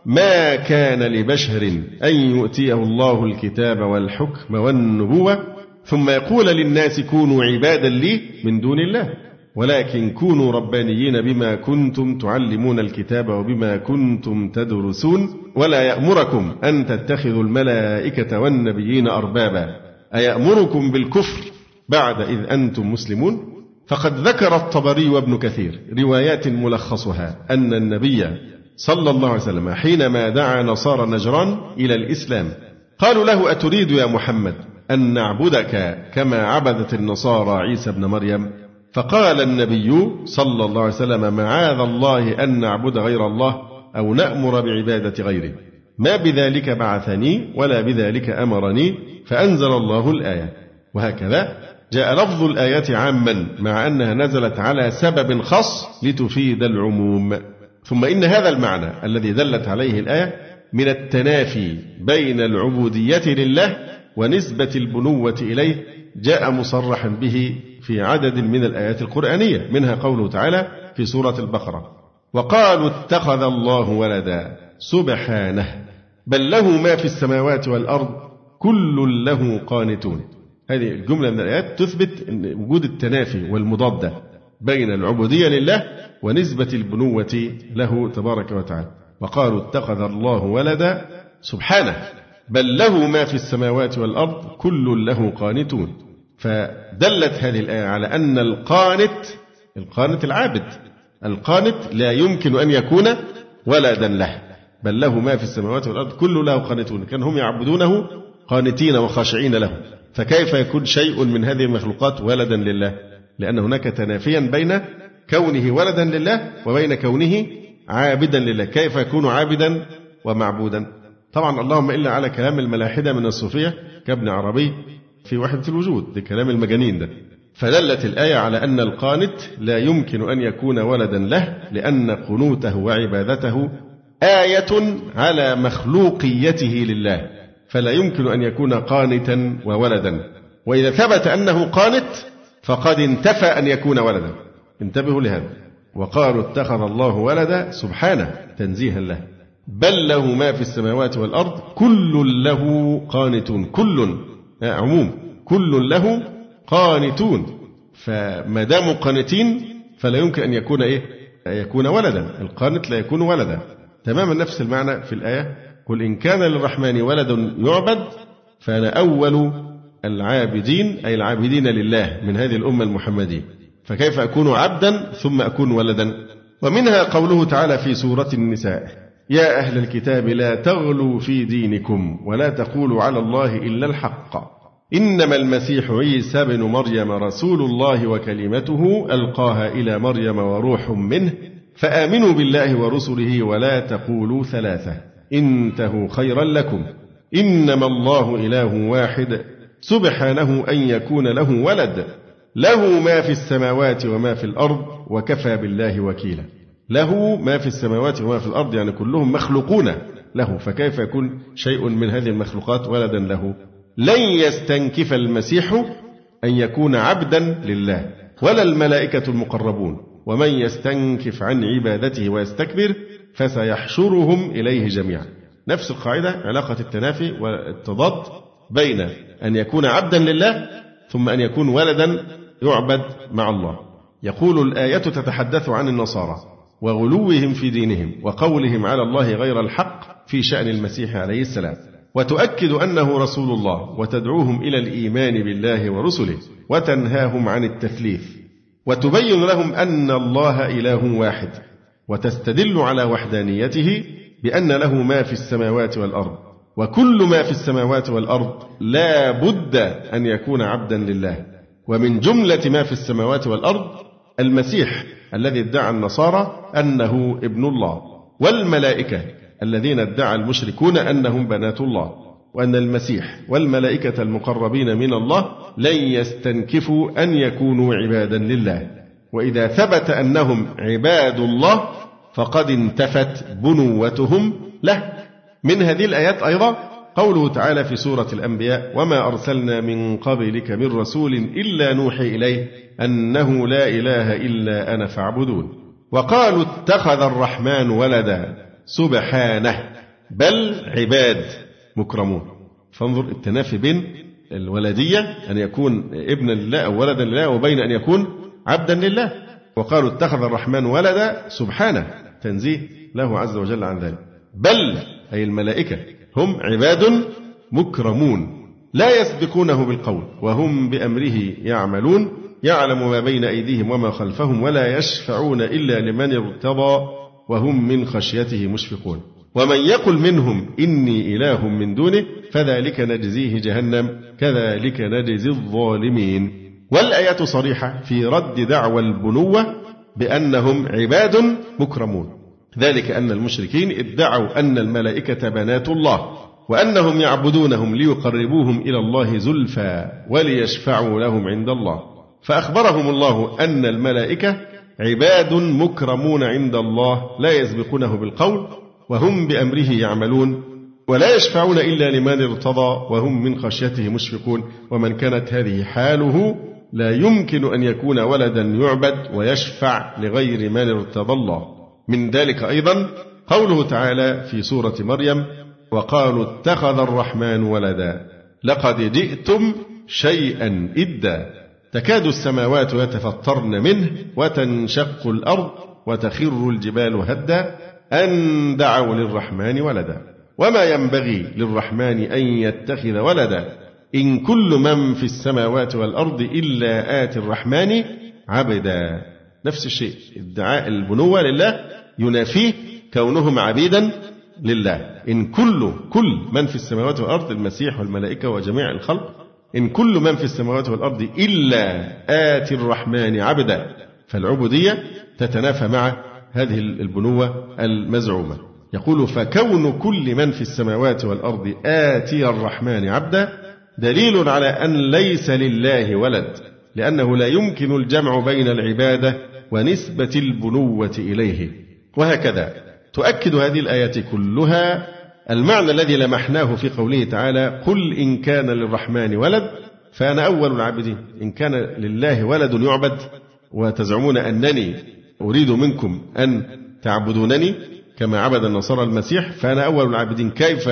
ما كان لبشر أن يؤتيه الله الكتاب والحكم والنبوة ثم يقول للناس كونوا عبادا لي من دون الله ولكن كونوا ربانيين بما كنتم تعلمون الكتاب وبما كنتم تدرسون ولا يأمركم أن تتخذوا الملائكة والنبيين أربابا أيأمركم بالكفر بعد إذ أنتم مسلمون. فقد ذكر الطبري وابن كثير روايات ملخصها أن النبي صلى الله عليه وسلم حينما دعا نصارى نجران إلى الإسلام قالوا له: أتريد يا محمد أن نعبدك كما عبدت النصارى عيسى ابن مريم؟ فقال النبي صلى الله عليه وسلم: معاذ الله أن نعبد غير الله أو نأمر بعبادة غيره، ما بذلك بعثني ولا بذلك أمرني. فأنزل الله الآية. وهكذا جاء لفظ الآية عاما مع أنها نزلت على سبب خاص لتفيد العموم. ثم إن هذا المعنى الذي دلت عليه الآية من التنافي بين العبودية لله ونسبة البنوة إليه جاء مصرحا به في عدد من الآيات القرآنية، منها قوله تعالى في سورة البقرة: وقالوا اتخذ الله ولدا سبحانه بل له ما في السماوات والأرض كل له قانتون. هذه الجملة من الآيات تثبت وجود التنافي والمضادة بين العبودية لله ونسبة البنوة له تبارك وتعالى. وقالوا اتخذ الله ولدا سبحانه بل له ما في السماوات والأرض كل له قانتون. فدلت هذه الآية على أن القانت العابد، القانت لا يمكن أن يكون ولدا له، بل له ما في السماوات والأرض كل له قانتون. كان هم يعبدونه قانتين وخاشعين له، فكيف يكون شيء من هذه المخلوقات ولدا لله؟ لأن هناك تنافيا بين كونه ولدا لله وبين كونه عابدا لله. كيف يكون عابدا ومعبودا؟ طبعا اللهم إلا على كلام الملاحدة من الصوفية كابن عربي في وحدة الوجود، ده كلام المجانين ده. فدلت الآية على أن القانت لا يمكن أن يكون ولدا له، لأن قنوته وعبادته آية على مخلوقيته لله، فلا يمكن أن يكون قانتا وولدا. وإذا ثبت أنه قانت فقد انتفى أن يكون ولدا. انتبهوا لهذا. وقالوا اتخذ الله ولدا سبحانه تنزيها له بل له ما في السماوات والأرض كل له قانتون. كل عموم، كل له قانتون. فما داموا قانتين فلا يمكن أن يكون يكون ولدا. القانت لا يكون ولدا. تماما نفس المعنى في الآية: قل إن كان للرحمن ولد يعبد فأنا أول العابدين، أي العابدين لله من هذه الأمة المحمدية، فكيف أكون عبدا ثم أكون ولدا؟ ومنها قوله تعالى في سورة النساء: يا أهل الكتاب لا تغلوا في دينكم ولا تقولوا على الله إلا الحق إنما المسيح عيسى بن مريم رسول الله وكلمته ألقاها إلى مريم وروح منه فآمنوا بالله ورسله ولا تقولوا ثلاثة انتهوا خيرا لكم إنما الله إله واحد سبحانه أن يكون له ولد له ما في السماوات وما في الأرض وكفى بالله وكيلا. له ما في السماوات وما في الأرض يعني كلهم مخلوقون له، فكيف يكون شيء من هذه المخلوقات ولدا له؟ لن يستنكف المسيح أن يكون عبدا لله ولا الملائكة المقربون ومن يستنكف عن عبادته ويستكبر فسيحشرهم إليه جميعا. نفس القاعدة، علاقة التنافي والتضاد بين أن يكون عبدا لله ثم أن يكون ولدا يعبد مع الله. يقول الآية تتحدث عن النصارى وغلوهم في دينهم وقولهم على الله غير الحق في شأن المسيح عليه السلام، وتؤكد أنه رسول الله وتدعوهم إلى الإيمان بالله ورسله وتنهاهم عن التثليث، وتبين لهم أن الله إله واحد، وتستدل على وحدانيته بأن له ما في السماوات والأرض، وكل ما في السماوات والأرض لا بد أن يكون عبدا لله. ومن جملة ما في السماوات والأرض المسيح الذي ادعى النصارى أنه ابن الله، والملائكة الذين ادعى المشركون أنهم بنات الله، وأن المسيح والملائكة المقربين من الله لن يستنكفوا أن يكونوا عبادا لله. وإذا ثبت أنهم عباد الله فقد انتفت بنوتهم له. من هذه الآيات أيضا قوله تعالى في سورة الأنبياء: وما أرسلنا من قبلك من رسول إلا نوحي إليه أنه لا إله إلا أنا فاعبدون. وقالوا اتخذ الرحمن ولدا سبحانه بل عباد مكرمون. فانظر التنافي بين الولدية أن يكون ابنا لله أو ولدا لله وبين أن يكون عبدا لله. وقالوا اتخذ الرحمن ولدا سبحانه تنزيه له عز وجل عن ذلك. بل أي الملائكة هم عباد مكرمون لا يسبقونه بالقول وهم بأمره يعملون يعلم ما بين أيديهم وما خلفهم ولا يشفعون إلا لمن ارتضى وهم من خشيته مشفقون. ومن يقل منهم إني إله من دونه فذلك نجزيه جهنم كذلك نجزي الظالمين. والآيات صريحة في رد دعوى البنوة بأنهم عباد مكرمون، ذلك أن المشركين ادعوا أن الملائكة بنات الله وأنهم يعبدونهم ليقربوهم إلى الله زلفى وليشفعوا لهم عند الله، فأخبرهم الله أن الملائكة عباد مكرمون عند الله لا يسبقونه بالقول وهم بأمره يعملون ولا يشفعون إلا لمن ارتضى وهم من خشيته مشفقون، ومن كانت هذه حاله لا يمكن أن يكون ولدا يعبد ويشفع لغير من ارتضى الله. من ذلك أيضا قوله تعالى في سورة مريم: وقالوا اتخذ الرحمن ولدا لقد جئتم شيئا إدا تكاد السماوات يتفطرن منه وتنشق الأرض وتخر الجبال هدا أن دعوا للرحمن ولدا وما ينبغي للرحمن أن يتخذ ولدا إن كل من في السماوات والأرض إلا آتي الرحمن عبدا. نفس الشيء، ادعاء البنوة لله ينافيه كونهم عبيدا لله. إن كل من في السماوات والأرض، المسيح والملائكة وجميع الخلق، إن كل من في السماوات والأرض إلا آتي الرحمن عبدا، فالعبودية تتنافى مع هذه البنوة المزعومة. يقول: فكون كل من في السماوات والأرض آتي الرحمن عبدا دليل على أن ليس لله ولد، لأنه لا يمكن الجمع بين العبادة ونسبة البنوة إليه. وهكذا تؤكد هذه الآيات كلها المعنى الذي لمحناه في قوله تعالى: قل إن كان للرحمن ولد فأنا أول العابدين. إن كان لله ولد يعبد وتزعمون أنني أريد منكم أن تعبدونني كما عبد النصارى المسيح، فأنا أول العابدين. كيف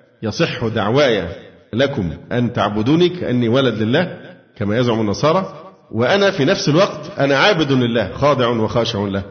يصح دعواي لكم أن تعبدوني كأني ولد لله كما يزعم النصارى، وأنا في نفس الوقت أنا عابد لله خاضع وخاشع له؟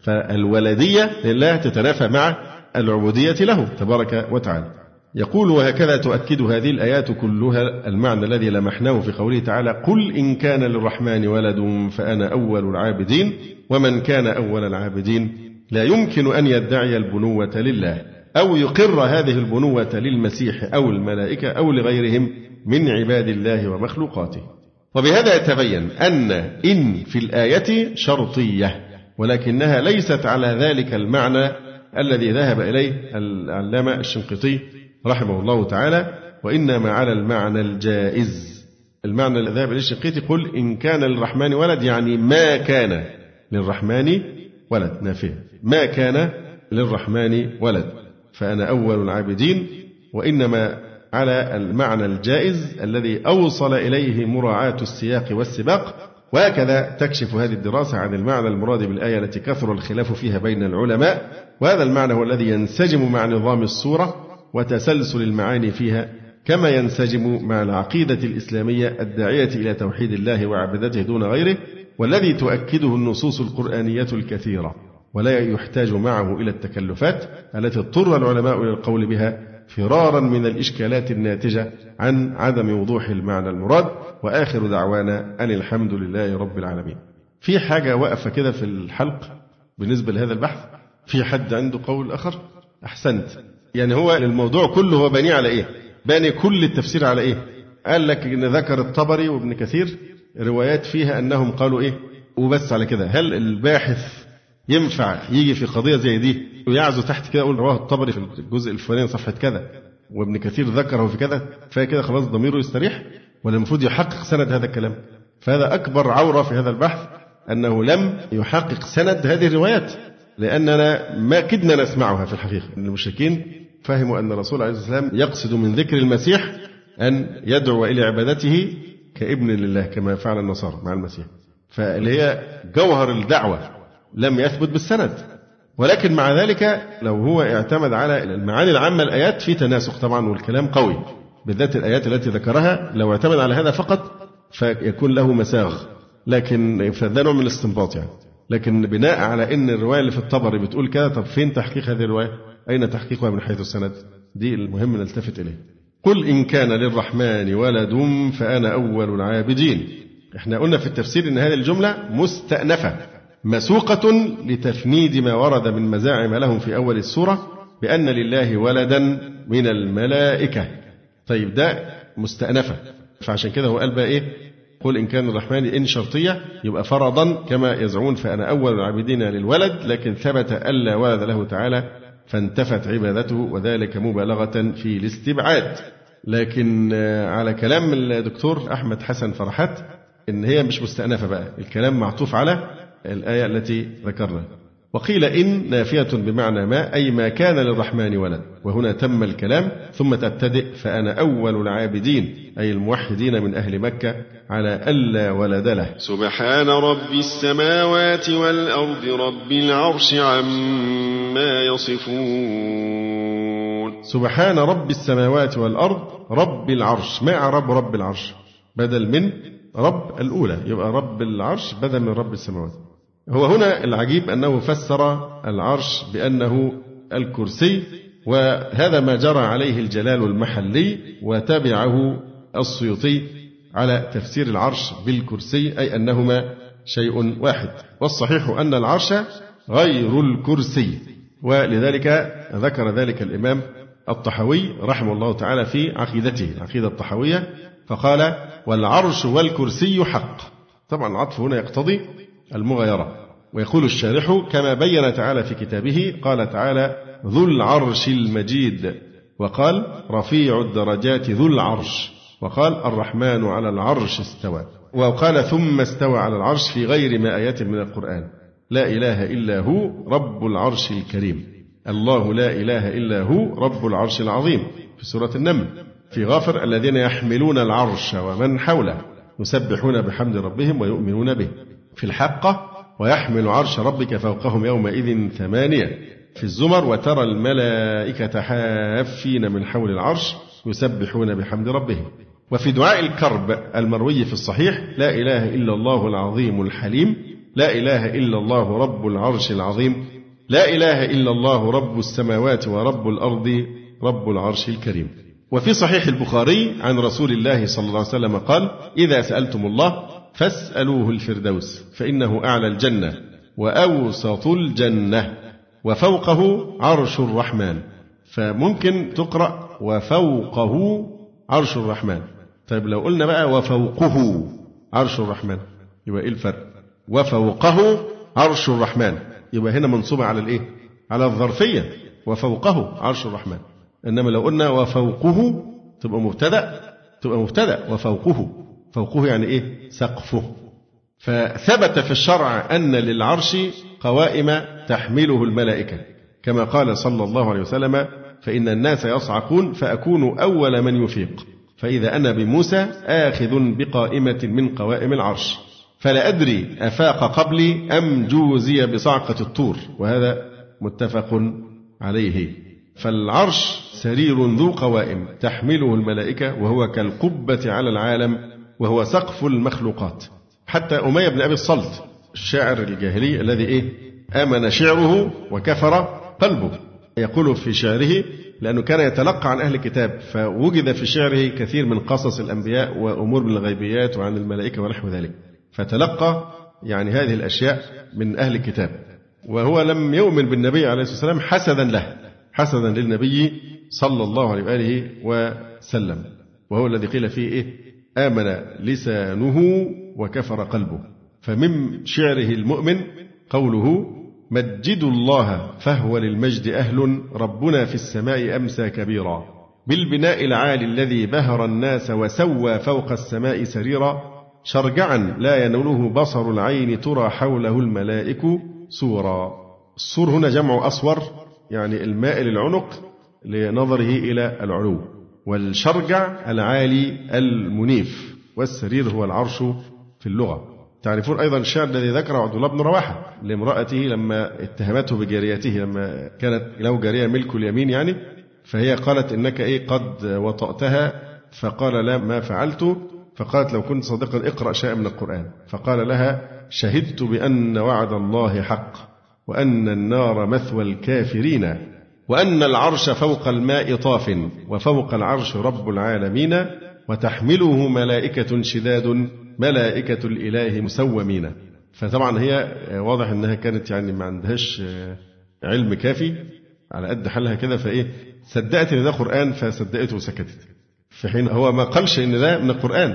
فالولدية لله تتنافى مع العبودية له تبارك وتعالى. يقول: وهكذا تؤكد هذه الآيات كلها المعنى الذي لمحناه في قوله تعالى: قل إن كان للرحمن ولد فأنا أول العابدين. ومن كان أول العابدين لا يمكن أن يدعي البنوة لله أو يقر هذه البنوة للمسيح أو الملائكة أو لغيرهم من عباد الله ومخلوقاته. وبهذا يتبين أن إن في الآية شرطية، ولكنها ليست على ذلك المعنى الذي ذهب إليه العلامة الشنقيطي رحمه الله تعالى، وإنما على المعنى الجائز. المعنى الذي ذهب إليه الشنقيطي: قل إن كان للرحمن ولد، يعني ما كان للرحمن ولد، نافية، ما كان للرحمن ولد فأنا أول العابدين. وإنما على المعنى الجائز الذي أوصل إليه مراعاة السياق والسباق. وهكذا تكشف هذه الدراسة عن المعنى المراد بالآية التي كثر الخلاف فيها بين العلماء، وهذا المعنى هو الذي ينسجم مع نظام السورة وتسلسل المعاني فيها، كما ينسجم مع العقيدة الإسلامية الداعية إلى توحيد الله وعبادته دون غيره، والذي تؤكده النصوص القرآنية الكثيرة، ولا يحتاج معه إلى التكلفات التي اضطر العلماء إلى القول بها فرارا من الإشكالات الناتجة عن عدم وضوح المعنى المراد. وآخر دعوانا أن الحمد لله رب العالمين. في حاجة وقفة كده في الحلق بالنسبة لهذا البحث. في حد عنده قول آخر؟ أحسنت. يعني هو الموضوع كله هو بني على إيه؟ بني كل التفسير على إيه؟ قال لك إن ذكر الطبري وابن كثير روايات فيها أنهم قالوا إيه وبس على كده. هل الباحث ينفع يجي في قضية زي دي ويعزو تحت كده يقول رواه الطبري في الجزء الفلاني صفحة كذا وابن كثير ذكره في كذا، فكده خلاص ضميره يستريح؟ ولا المفروض يحقق سند هذا الكلام؟ فهذا أكبر عورة في هذا البحث، أنه لم يحقق سند هذه الروايات، لأننا ما كدنا نسمعها في الحقيقة. المشركين فهموا أن الرسول عليه الصلاة والسلام يقصد من ذكر المسيح أن يدعو إلى عبادته كابن لله كما فعل النصارى مع المسيح، فاللي هي جوهر الدعوة لم يثبت بالسند. ولكن مع ذلك لو هو اعتمد على المعاني العامة الآيات في تناسق طبعا، والكلام قوي بالذات الآيات التي ذكرها، لو اعتمد على هذا فقط فيكون له مساغ، لكن فده نوع من الاستنباط يعني. لكن بناء على ان الرواية اللي في الطبري بتقول كذا، طب فين تحقيق هذه الرواية؟ أين تحقيقها من حيث السند؟ دي المهم نلتفت إليه. قل إن كان للرحمن ولد فأنا أول العابدين. احنا قلنا في التفسير ان هذه الجملة مستأنفة مسوقة لتفنيد ما ورد من مزاعم لهم في أول السورة بأن لله ولدا من الملائكة. طيب ده مستأنفة، فعشان كده هو قال بقى إيه؟ قل إن كان الرحمن إن شرطية يبقى فرضا كما يزعمون فأنا أول العابدين للولد، لكن ثبت ألا ولد له تعالى فانتفت عبادته، وذلك مبالغة في الاستبعاد. لكن على كلام الدكتور أحمد حسن فرحات إن هي مش مستأنفة بقى، الكلام معطوف على الآية التي ذكرنا. وقيل إن نافية بمعنى ما، أي ما كان للرحمن ولد، وهنا تم الكلام ثم تبتدئ فأنا أول العابدين أي الموحدين من أهل مكة على ألا ولد له. سبحان رب السماوات والأرض رب العرش عما يصفون. سبحان رب السماوات والأرض رب العرش، ما إعراب رب العرش؟ بدل من رب الأولى، يبقى رب العرش بدل من رب السماوات. هو هنا العجيب أنه فسر العرش بأنه الكرسي، وهذا ما جرى عليه الجلال المحلي، وتبعه السيوطي على تفسير العرش بالكرسي، أي أنهما شيء واحد. والصحيح أن العرش غير الكرسي، ولذلك ذكر ذلك الإمام الطحاوي رحمه الله تعالى في عقيدته العقيدة الطحاوية، فقال والعرش والكرسي حق. طبعا العطف هنا يقتضي المغايرة. ويقول الشارح كما بين تعالى في كتابه، قال تعالى ذو العرش المجيد، وقال رفيع الدرجات ذو العرش، وقال الرحمن على العرش استوى، وقال ثم استوى على العرش في غير ما آيات من القرآن. لا إله إلا هو رب العرش الكريم، الله لا إله إلا هو رب العرش العظيم في سورة النمل. في غافر الذين يحملون العرش ومن حوله يسبحون بحمد ربهم ويؤمنون به. في الحاقة ويحمل عرش ربك فوقهم يومئذ ثمانية. في الزمر وترى الملائكة حافين من حول العرش يسبحون بحمد ربهم. وفي دعاء الكرب المروي في الصحيح لا إله إلا الله العظيم الحليم، لا إله إلا الله رب العرش العظيم، لا إله إلا الله رب السماوات ورب الأرض رب العرش الكريم. وفي صحيح البخاري عن رسول الله صلى الله عليه وسلم قال إذا سألتم الله فاسألوه الفردوس فإنه أعلى الجنة وأوسط الجنة وفوقه عرش الرحمن. فممكن تقرأ وفوقه عرش الرحمن. طيب لو قلنا بقى وفوقه عرش الرحمن يبقى إيه الفرق؟ وفوقه عرش الرحمن يبقى هنا منصوبة على الإيه؟ على الظرفية، وفوقه عرش الرحمن. إنما لو قلنا وفوقه تبقى مبتدأ وفوقه، فوقه يعني إيه؟ سقفه. فثبت في الشرع أن للعرش قوائم تحمله الملائكة، كما قال صلى الله عليه وسلم فإن الناس يصعقون فأكون أول من يفيق، فإذا أنا بموسى آخذ بقائمة من قوائم العرش، فلا أدري أفاق قبلي أم جوزي بصعقة الطور، وهذا متفق عليه. فالعرش سرير ذو قوائم تحمله الملائكة، وهو كالقبة على العالم، وهو سقف المخلوقات. حتى أمية بن أبي الصلت الشاعر الجاهلي الذي آمن شعره وكفر قلبه، يقول في شعره لأنه كان يتلقى عن أهل الكتاب، فوجد في شعره كثير من قصص الأنبياء وأمور من الغيبيات وعن الملائكة ونحو ذلك، فتلقى يعني هذه الأشياء من أهل الكتاب، وهو لم يؤمن بالنبي عليه الصلاة والسلام حسدا للنبي صلى الله عليه وآله وسلم، وهو الذي قيل فيه آمن لسانه وكفر قلبه. فمن شعره المؤمن قوله مجدوا الله فهو للمجد أهل، ربنا في السماء أمسى كبيرا، بالبناء العالي الذي بهر الناس وسوى فوق السماء سريرا، شرجعا لا ينوله بصر العين ترى حوله الملائك سورا. السور هنا جمع أصور، يعني المائل العنق لنظره إلى العلو، والشرجع العالي المنيف، والسرير هو العرش في اللغة. تعرفون أيضا الشعر الذي ذكره عبد الله بن رواحة لامرأته لما اتهمته بجاريته، لما كانت له جارية ملك اليمين يعني، فهي قالت إنك قد وطأتها، فقال لا ما فعلت، فقالت لو كنت صادقا اقرأ شيئا من القرآن، فقال لها شهدت بأن وعد الله حق، وأن النار مثوى الكافرين، وأن العرش فوق الماء طاف، وفوق العرش رب العالمين، وتحمله ملائكة شداد ملائكة الإله مسومين. فطبعا هي واضح أنها كانت يعني ما عندهاش علم كافي، على قد حالها كده، صدقت إن ده قرآن فصدقته وسكتت، في حين هو ما قالش إن ده من القرآن،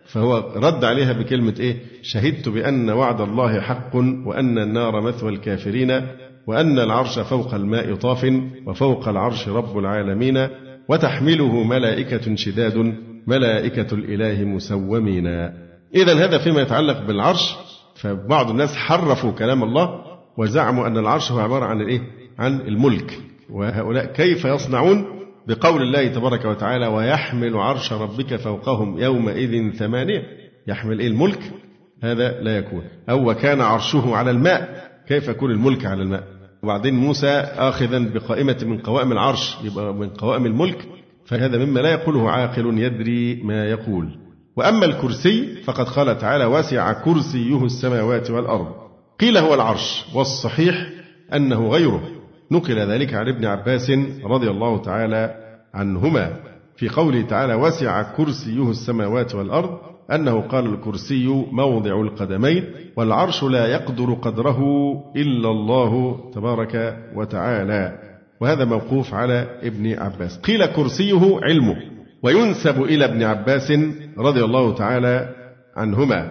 فهو رد عليها بكلمة إيه؟ شهدت بأن وعد الله حق وأن النار مثوى الكافرين وأن العرش فوق الماء طاف وفوق العرش رب العالمين وتحمله ملائكة شداد ملائكة الإله مسومين. إذن هذا فيما يتعلق بالعرش. فبعض الناس حرفوا كلام الله وزعموا أن العرش هو عبارة عن الإيه؟ عن الملك. وهؤلاء كيف يصنعون بقول الله تبارك وتعالى ويحمل عرش ربك فوقهم يومئذ ثمانية؟ يحمل إيه الملك؟ هذا لا يكون. أو وكان عرشه على الماء، كيف يكون الملك على الماء؟ وبعدين موسى آخذا بقائمة من قوائم العرش، يبقى من قوائم الملك، فهذا مما لا يقوله عاقل يدري ما يقول. وأما الكرسي فقد قال تعالى وسع كرسيه السماوات والأرض. قيل هو العرش، والصحيح أنه غيره. نقل ذلك عن ابن عباس رضي الله تعالى عنهما في قوله تعالى وسع كرسيه السماوات والأرض أنه قال الكرسي موضع القدمين والعرش لا يقدر قدره إلا الله تبارك وتعالى. وهذا موقوف على ابن عباس. قيل كرسيه علمه، وينسب إلى ابن عباس رضي الله تعالى عنهما.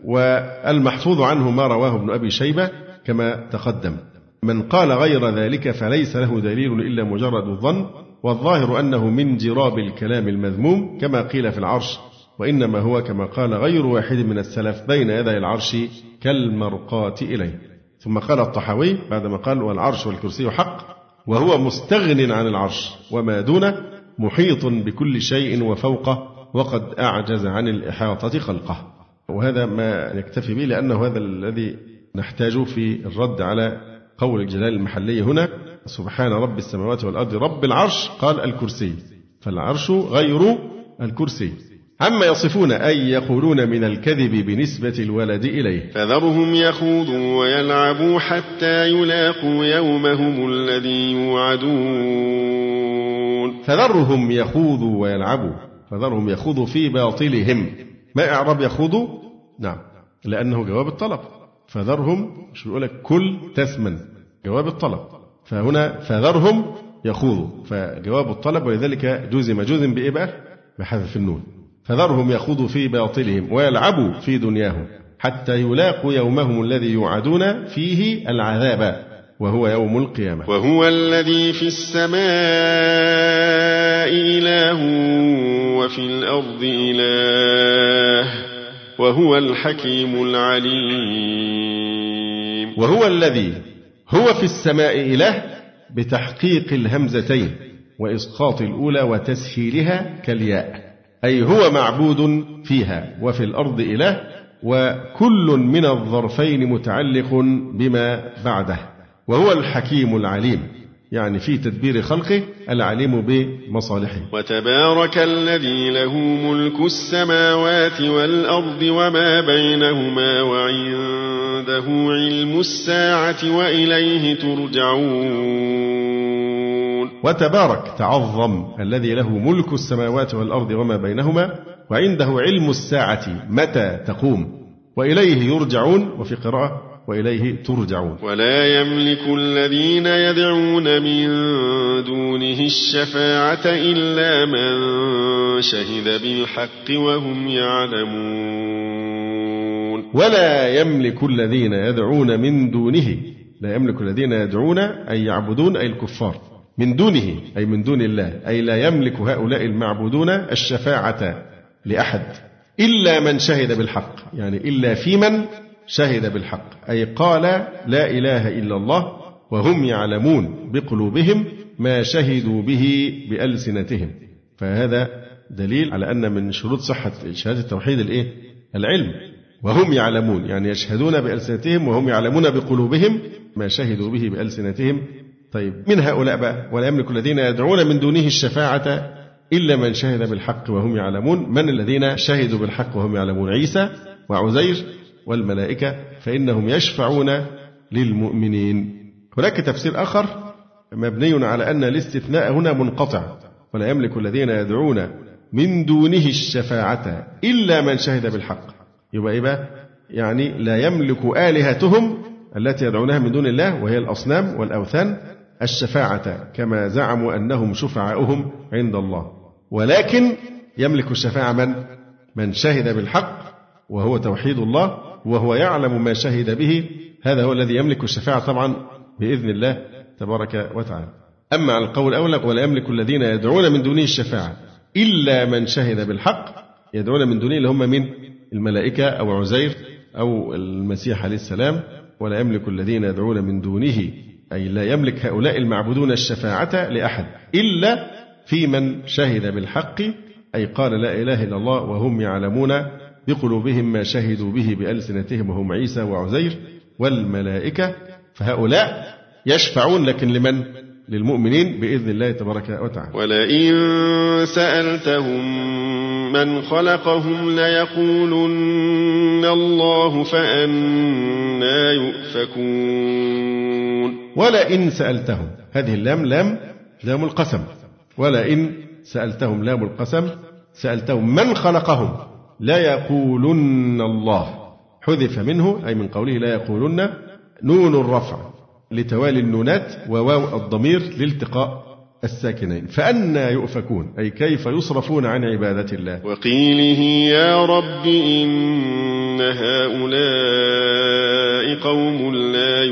والمحفوظ عنه ما رواه ابن أبي شيبة كما تقدم. من قال غير ذلك فليس له دليل إلا مجرد الظن، والظاهر أنه من جراب الكلام المذموم كما قيل في العرش، وإنما هو كما قال غير واحد من السلف بين يدي العرش كالمرقاة إليه. ثم قال الطحاوي بعدما قال والعرش والكرسي حق وهو مستغن عن العرش وما دونه محيط بكل شيء وفوقه وقد أعجز عن الإحاطة خلقه. وهذا ما يكتفي به لأنه هذا الذي نحتاجه في الرد على قول الجلال المحلي هنا سبحان رب السماوات والأرض رب العرش قال الكرسي، فالعرش غير الكرسي. عما يصفون أي يقولون من الكذب بنسبة الولد إليه. فذرهم يخوضوا ويلعبوا حتى يلاقوا يومهم الذي يوعدون. فذرهم يخوضوا ويلعبوا، فذرهم يخوضوا في باطلهم. ما إعراب يخوضوا؟ نعم لأنه جواب الطلب. فذرهم مش بيقول لك كل تثمن، جواب الطلب. فهنا فذرهم يخوضوا فجواب الطلب، ولذلك جزم بإيه بقى؟ بحذف النون. فذرهم يخوضوا في باطلهم ويلعبوا في دنياهم حتى يلاقوا يومهم الذي يوعدون فيه العذاب وهو يوم القيامة. وهو الذي في السماء إله وفي الأرض إله وهو الحكيم العليم. وهو الذي هو في السماء إله بتحقيق الهمزتين وإسقاط الأولى وتسهيلها كالياء، أي هو معبود فيها، وفي الأرض إله، وكل من الظرفين متعلق بما بعده. وهو الحكيم العليم، يعني في تدبير خلقه العليم بمصالحه. وتبارك الذي له ملك السماوات والأرض وما بينهما وعنده علم الساعة وإليه ترجعون. وتبارك تعظم الذي له ملك السماوات والأرض وما بينهما وعنده علم الساعة متى تقوم وإليه يرجعون، وفي قراءة وإليه ترجعون. ولا يملك الذين يدعون من دونه الشفاعة إلا من شهد بالحق وهم يعلمون. ولا يملك الذين يدعون من دونه، لا يملك الذين يدعون أي يعبدون أي الكفار، من دونه أي من دون الله، أي لا يملك هؤلاء المعبودون الشفاعة لأحد إلا من شهد بالحق، يعني إلا في من شهد بالحق، أي قال لا إله إلا الله وهم يعلمون بقلوبهم ما شهدوا به بألسنتهم. فهذا دليل على أن من شروط صحة شهادة التوحيد العلم. وهم يعلمون يعني يشهدون بألسنتهم وهم يعلمون بقلوبهم ما شهدوا به بألسنتهم. طيب من هؤلاء بقى ولا يملك الذين يدعون من دونه الشفاعة إلا من شهد بالحق وهم يعلمون. من الذين شهدوا بالحق وهم يعلمون؟ عيسى وعزير والملائكة، فإنهم يشفعون للمؤمنين. هناك تفسير آخر مبني على أن الاستثناء هنا منقطع، ولا يملك الذين يدعون من دونه الشفاعة إلا من شهد بالحق. يبقى إيه بقى؟ يعني لا يملك آلهتهم التي يدعونها من دون الله وهي الأصنام والأوثان الشفاعة كما زعموا أنهم شفعاؤهم عند الله، ولكن يملك الشفاعة من؟ من شهد بالحق وهو توحيد الله وهو يعلم ما شهد به، هذا هو الذي يملك الشفاعة طبعا بإذن الله تبارك وتعالى. أما على القول الأول ولا يملك الذين يدعون من دونه الشفاعة إلا من شهد بالحق، يدعون من دونه اللي هم من الملائكة أو عزير أو المسيح عليه السلام. ولا يملك الذين يدعون من دونه، أي لا يملك هؤلاء المعبودون الشفاعة لأحد إلا في من شهد بالحق، أي قال لا إله إلا الله وهم يعلمون بقلوبهم ما شهدوا به بألسنتهم وهم عيسى وعزير والملائكة، فهؤلاء يشفعون، لكن لمن؟ للمؤمنين بإذن الله تبارك وتعالى. ولئن سألتهم من خلقهم ليقولن الله فأنى يؤفكون. ولئن سألتهم، هذه اللام لام القسم، ولئن سألتهم لام القسم، سألتهم من خلقهم لا يقولن الله، حذف منه أي من قوله لا يقولن نون الرفع لتوالي النونات وواو الضمير لالتقاء الساكنين. فأنى يؤفكون، أي كيف يصرفون عن عبادة الله. وقيله يا رب إن هؤلاء قوم لا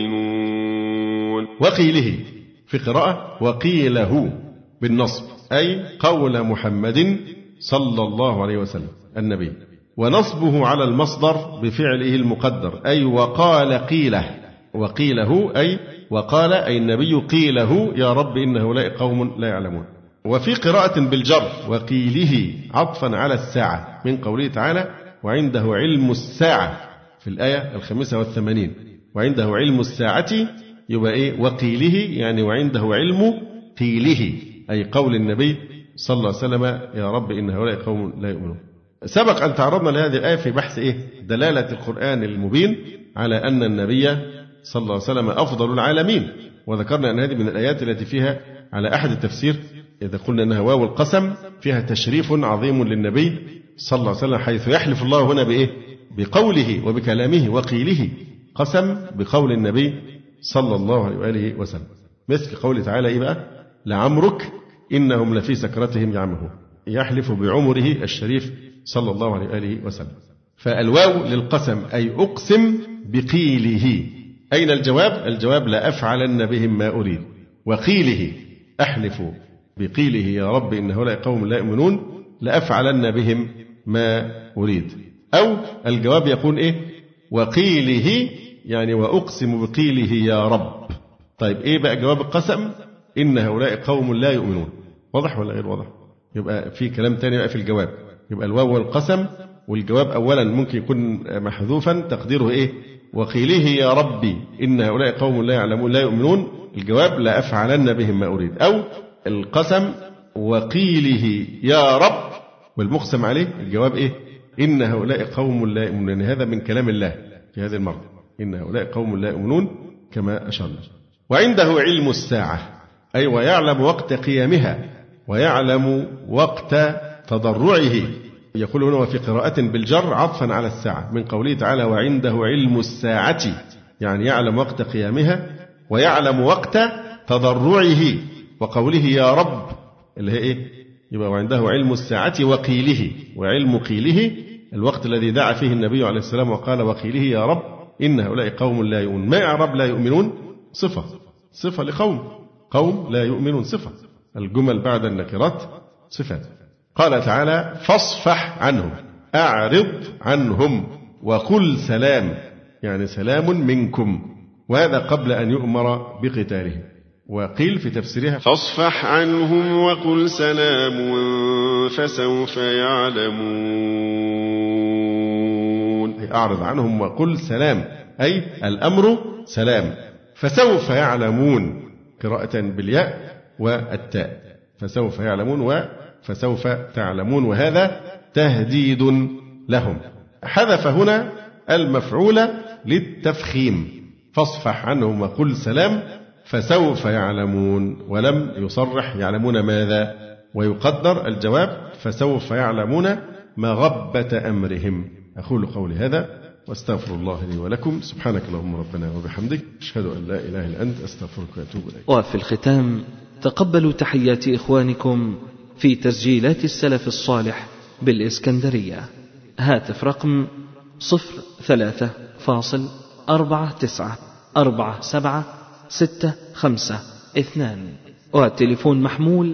يؤمنون. وقيله في قراءة وقيله بالنصب، أي قول محمد صلى الله عليه وسلم النبي، ونصبه على المصدر بفعله المقدر، أي وقال قيله، وقيله أي وقال أي النبي قيله يا رب إن هؤلاء قوم لا يعلمون. وفي قراءة بالجر وقيله عطفا على الساعة من قوله تعالى وعنده علم الساعة في الآية 85، وعنده علم الساعة، يبقى إيه وقيله يعني وعنده علم قيله، أي قول النبي صلى الله عليه وسلم يا رب إن هؤلاء قوم لا يؤمنون. سبق أن تعرضنا لهذه الآية في بحث دلالة القرآن المبين على أن النبي صلى الله عليه وسلم أفضل العالمين، وذكرنا أن هذه من الآيات التي فيها على أحد التفسير إذا قلنا أنها واو القسم فيها تشريف عظيم للنبي صلى الله عليه وسلم، حيث يحلف الله هنا بإيه؟ بقوله وبكلامه وقيله، قسم بقول النبي صلى الله عليه وآله وسلم، مثل قوله تعالى إيه بقى؟ لعمرك إنهم لفي سكرتهم يعمهون، يحلف بعمره الشريف صلى الله عليه وآله وسلم. فالواو للقسم أي أقسم بقيله. أين الجواب؟ الجواب لا أفعلن بهم ما أريد. وقيله أحلف بقيله يا رب إن هؤلاء قوم لا يؤمنون لأفعلن بهم ما أريد. أو الجواب يكون إيه؟ وقيله يعني وأقسم بقيله يا رب. طيب إيه بقى جواب القسم؟ إن هؤلاء قوم لا يؤمنون. واضح ولا غير واضح؟ يبقى في كلام تاني بقى في الجواب. يبقى الواو والقسم، والجواب أولا ممكن يكون محذوفا تقديره إيه؟ وقيله يا ربي إن هؤلاء قوم لا يعلمون لا يؤمنون، الجواب لا أفعلن بهم ما أريد. أو القسم وقيله يا رب والمقسم عليه، الجواب إيه؟ إن هؤلاء قوم لا يؤمنون. هذا من كلام الله في هذه المرة، إن هؤلاء قوم لا يؤمنون كما أشرنا. وعنده علم الساعة أي ويعلم وقت قيامها ويعلم وقت تضرعه. يقول هنا وفي قراءة بالجر عطفا على الساعة من قوله تعالى وعنده علم الساعة، يعني يعلم وقت قيامها ويعلم وقت تضرعه. وقوله يا رب اللي هي إيه؟ يبقى وعنده علم الساعة وقيله، وعلم قيله الوقت الذي دعا فيه النبي عليه السلام وقال وقيله يا رب إن هؤلاء قوم لا يؤمنون. ما يعرب لا يؤمنون؟ صفة لقوم، قوم لا يؤمنون صفة، الجمل بعد النكرات صفات. قال تعالى فاصفح عنهم، أعرض عنهم، وقل سلام، يعني سلام منكم، وهذا قبل أن يؤمر بقتالهم. وقيل في تفسيرها فاصفح عنهم وقل سلام فسوف يعلمون. أعرض عنهم وقل سلام أي الأمر سلام، فسوف يعلمون قراءة بالياء والتاء، فسوف يعلمون فسوف تعلمون، وهذا تهديد لهم. حذف هنا المفعول للتفخيم، فاصفح عنهم وقل سلام فسوف يعلمون، ولم يصرح يعلمون ماذا، ويقدر الجواب فسوف يعلمون مغبة أمرهم. أقول قولي هذا واستغفر الله لي ولكم. سبحانك اللهم ربنا وبحمدك، أشهد أن لا إله إلا أنت، أستغفرك وأتوب إليك. وفي الختام تقبلوا تحيات إخوانكم في تسجيلات السلف الصالح بالإسكندرية. هاتف رقم 03-494765، والتليفون محمول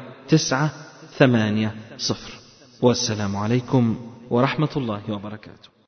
010-16411980. والسلام عليكم ورحمة الله وبركاته.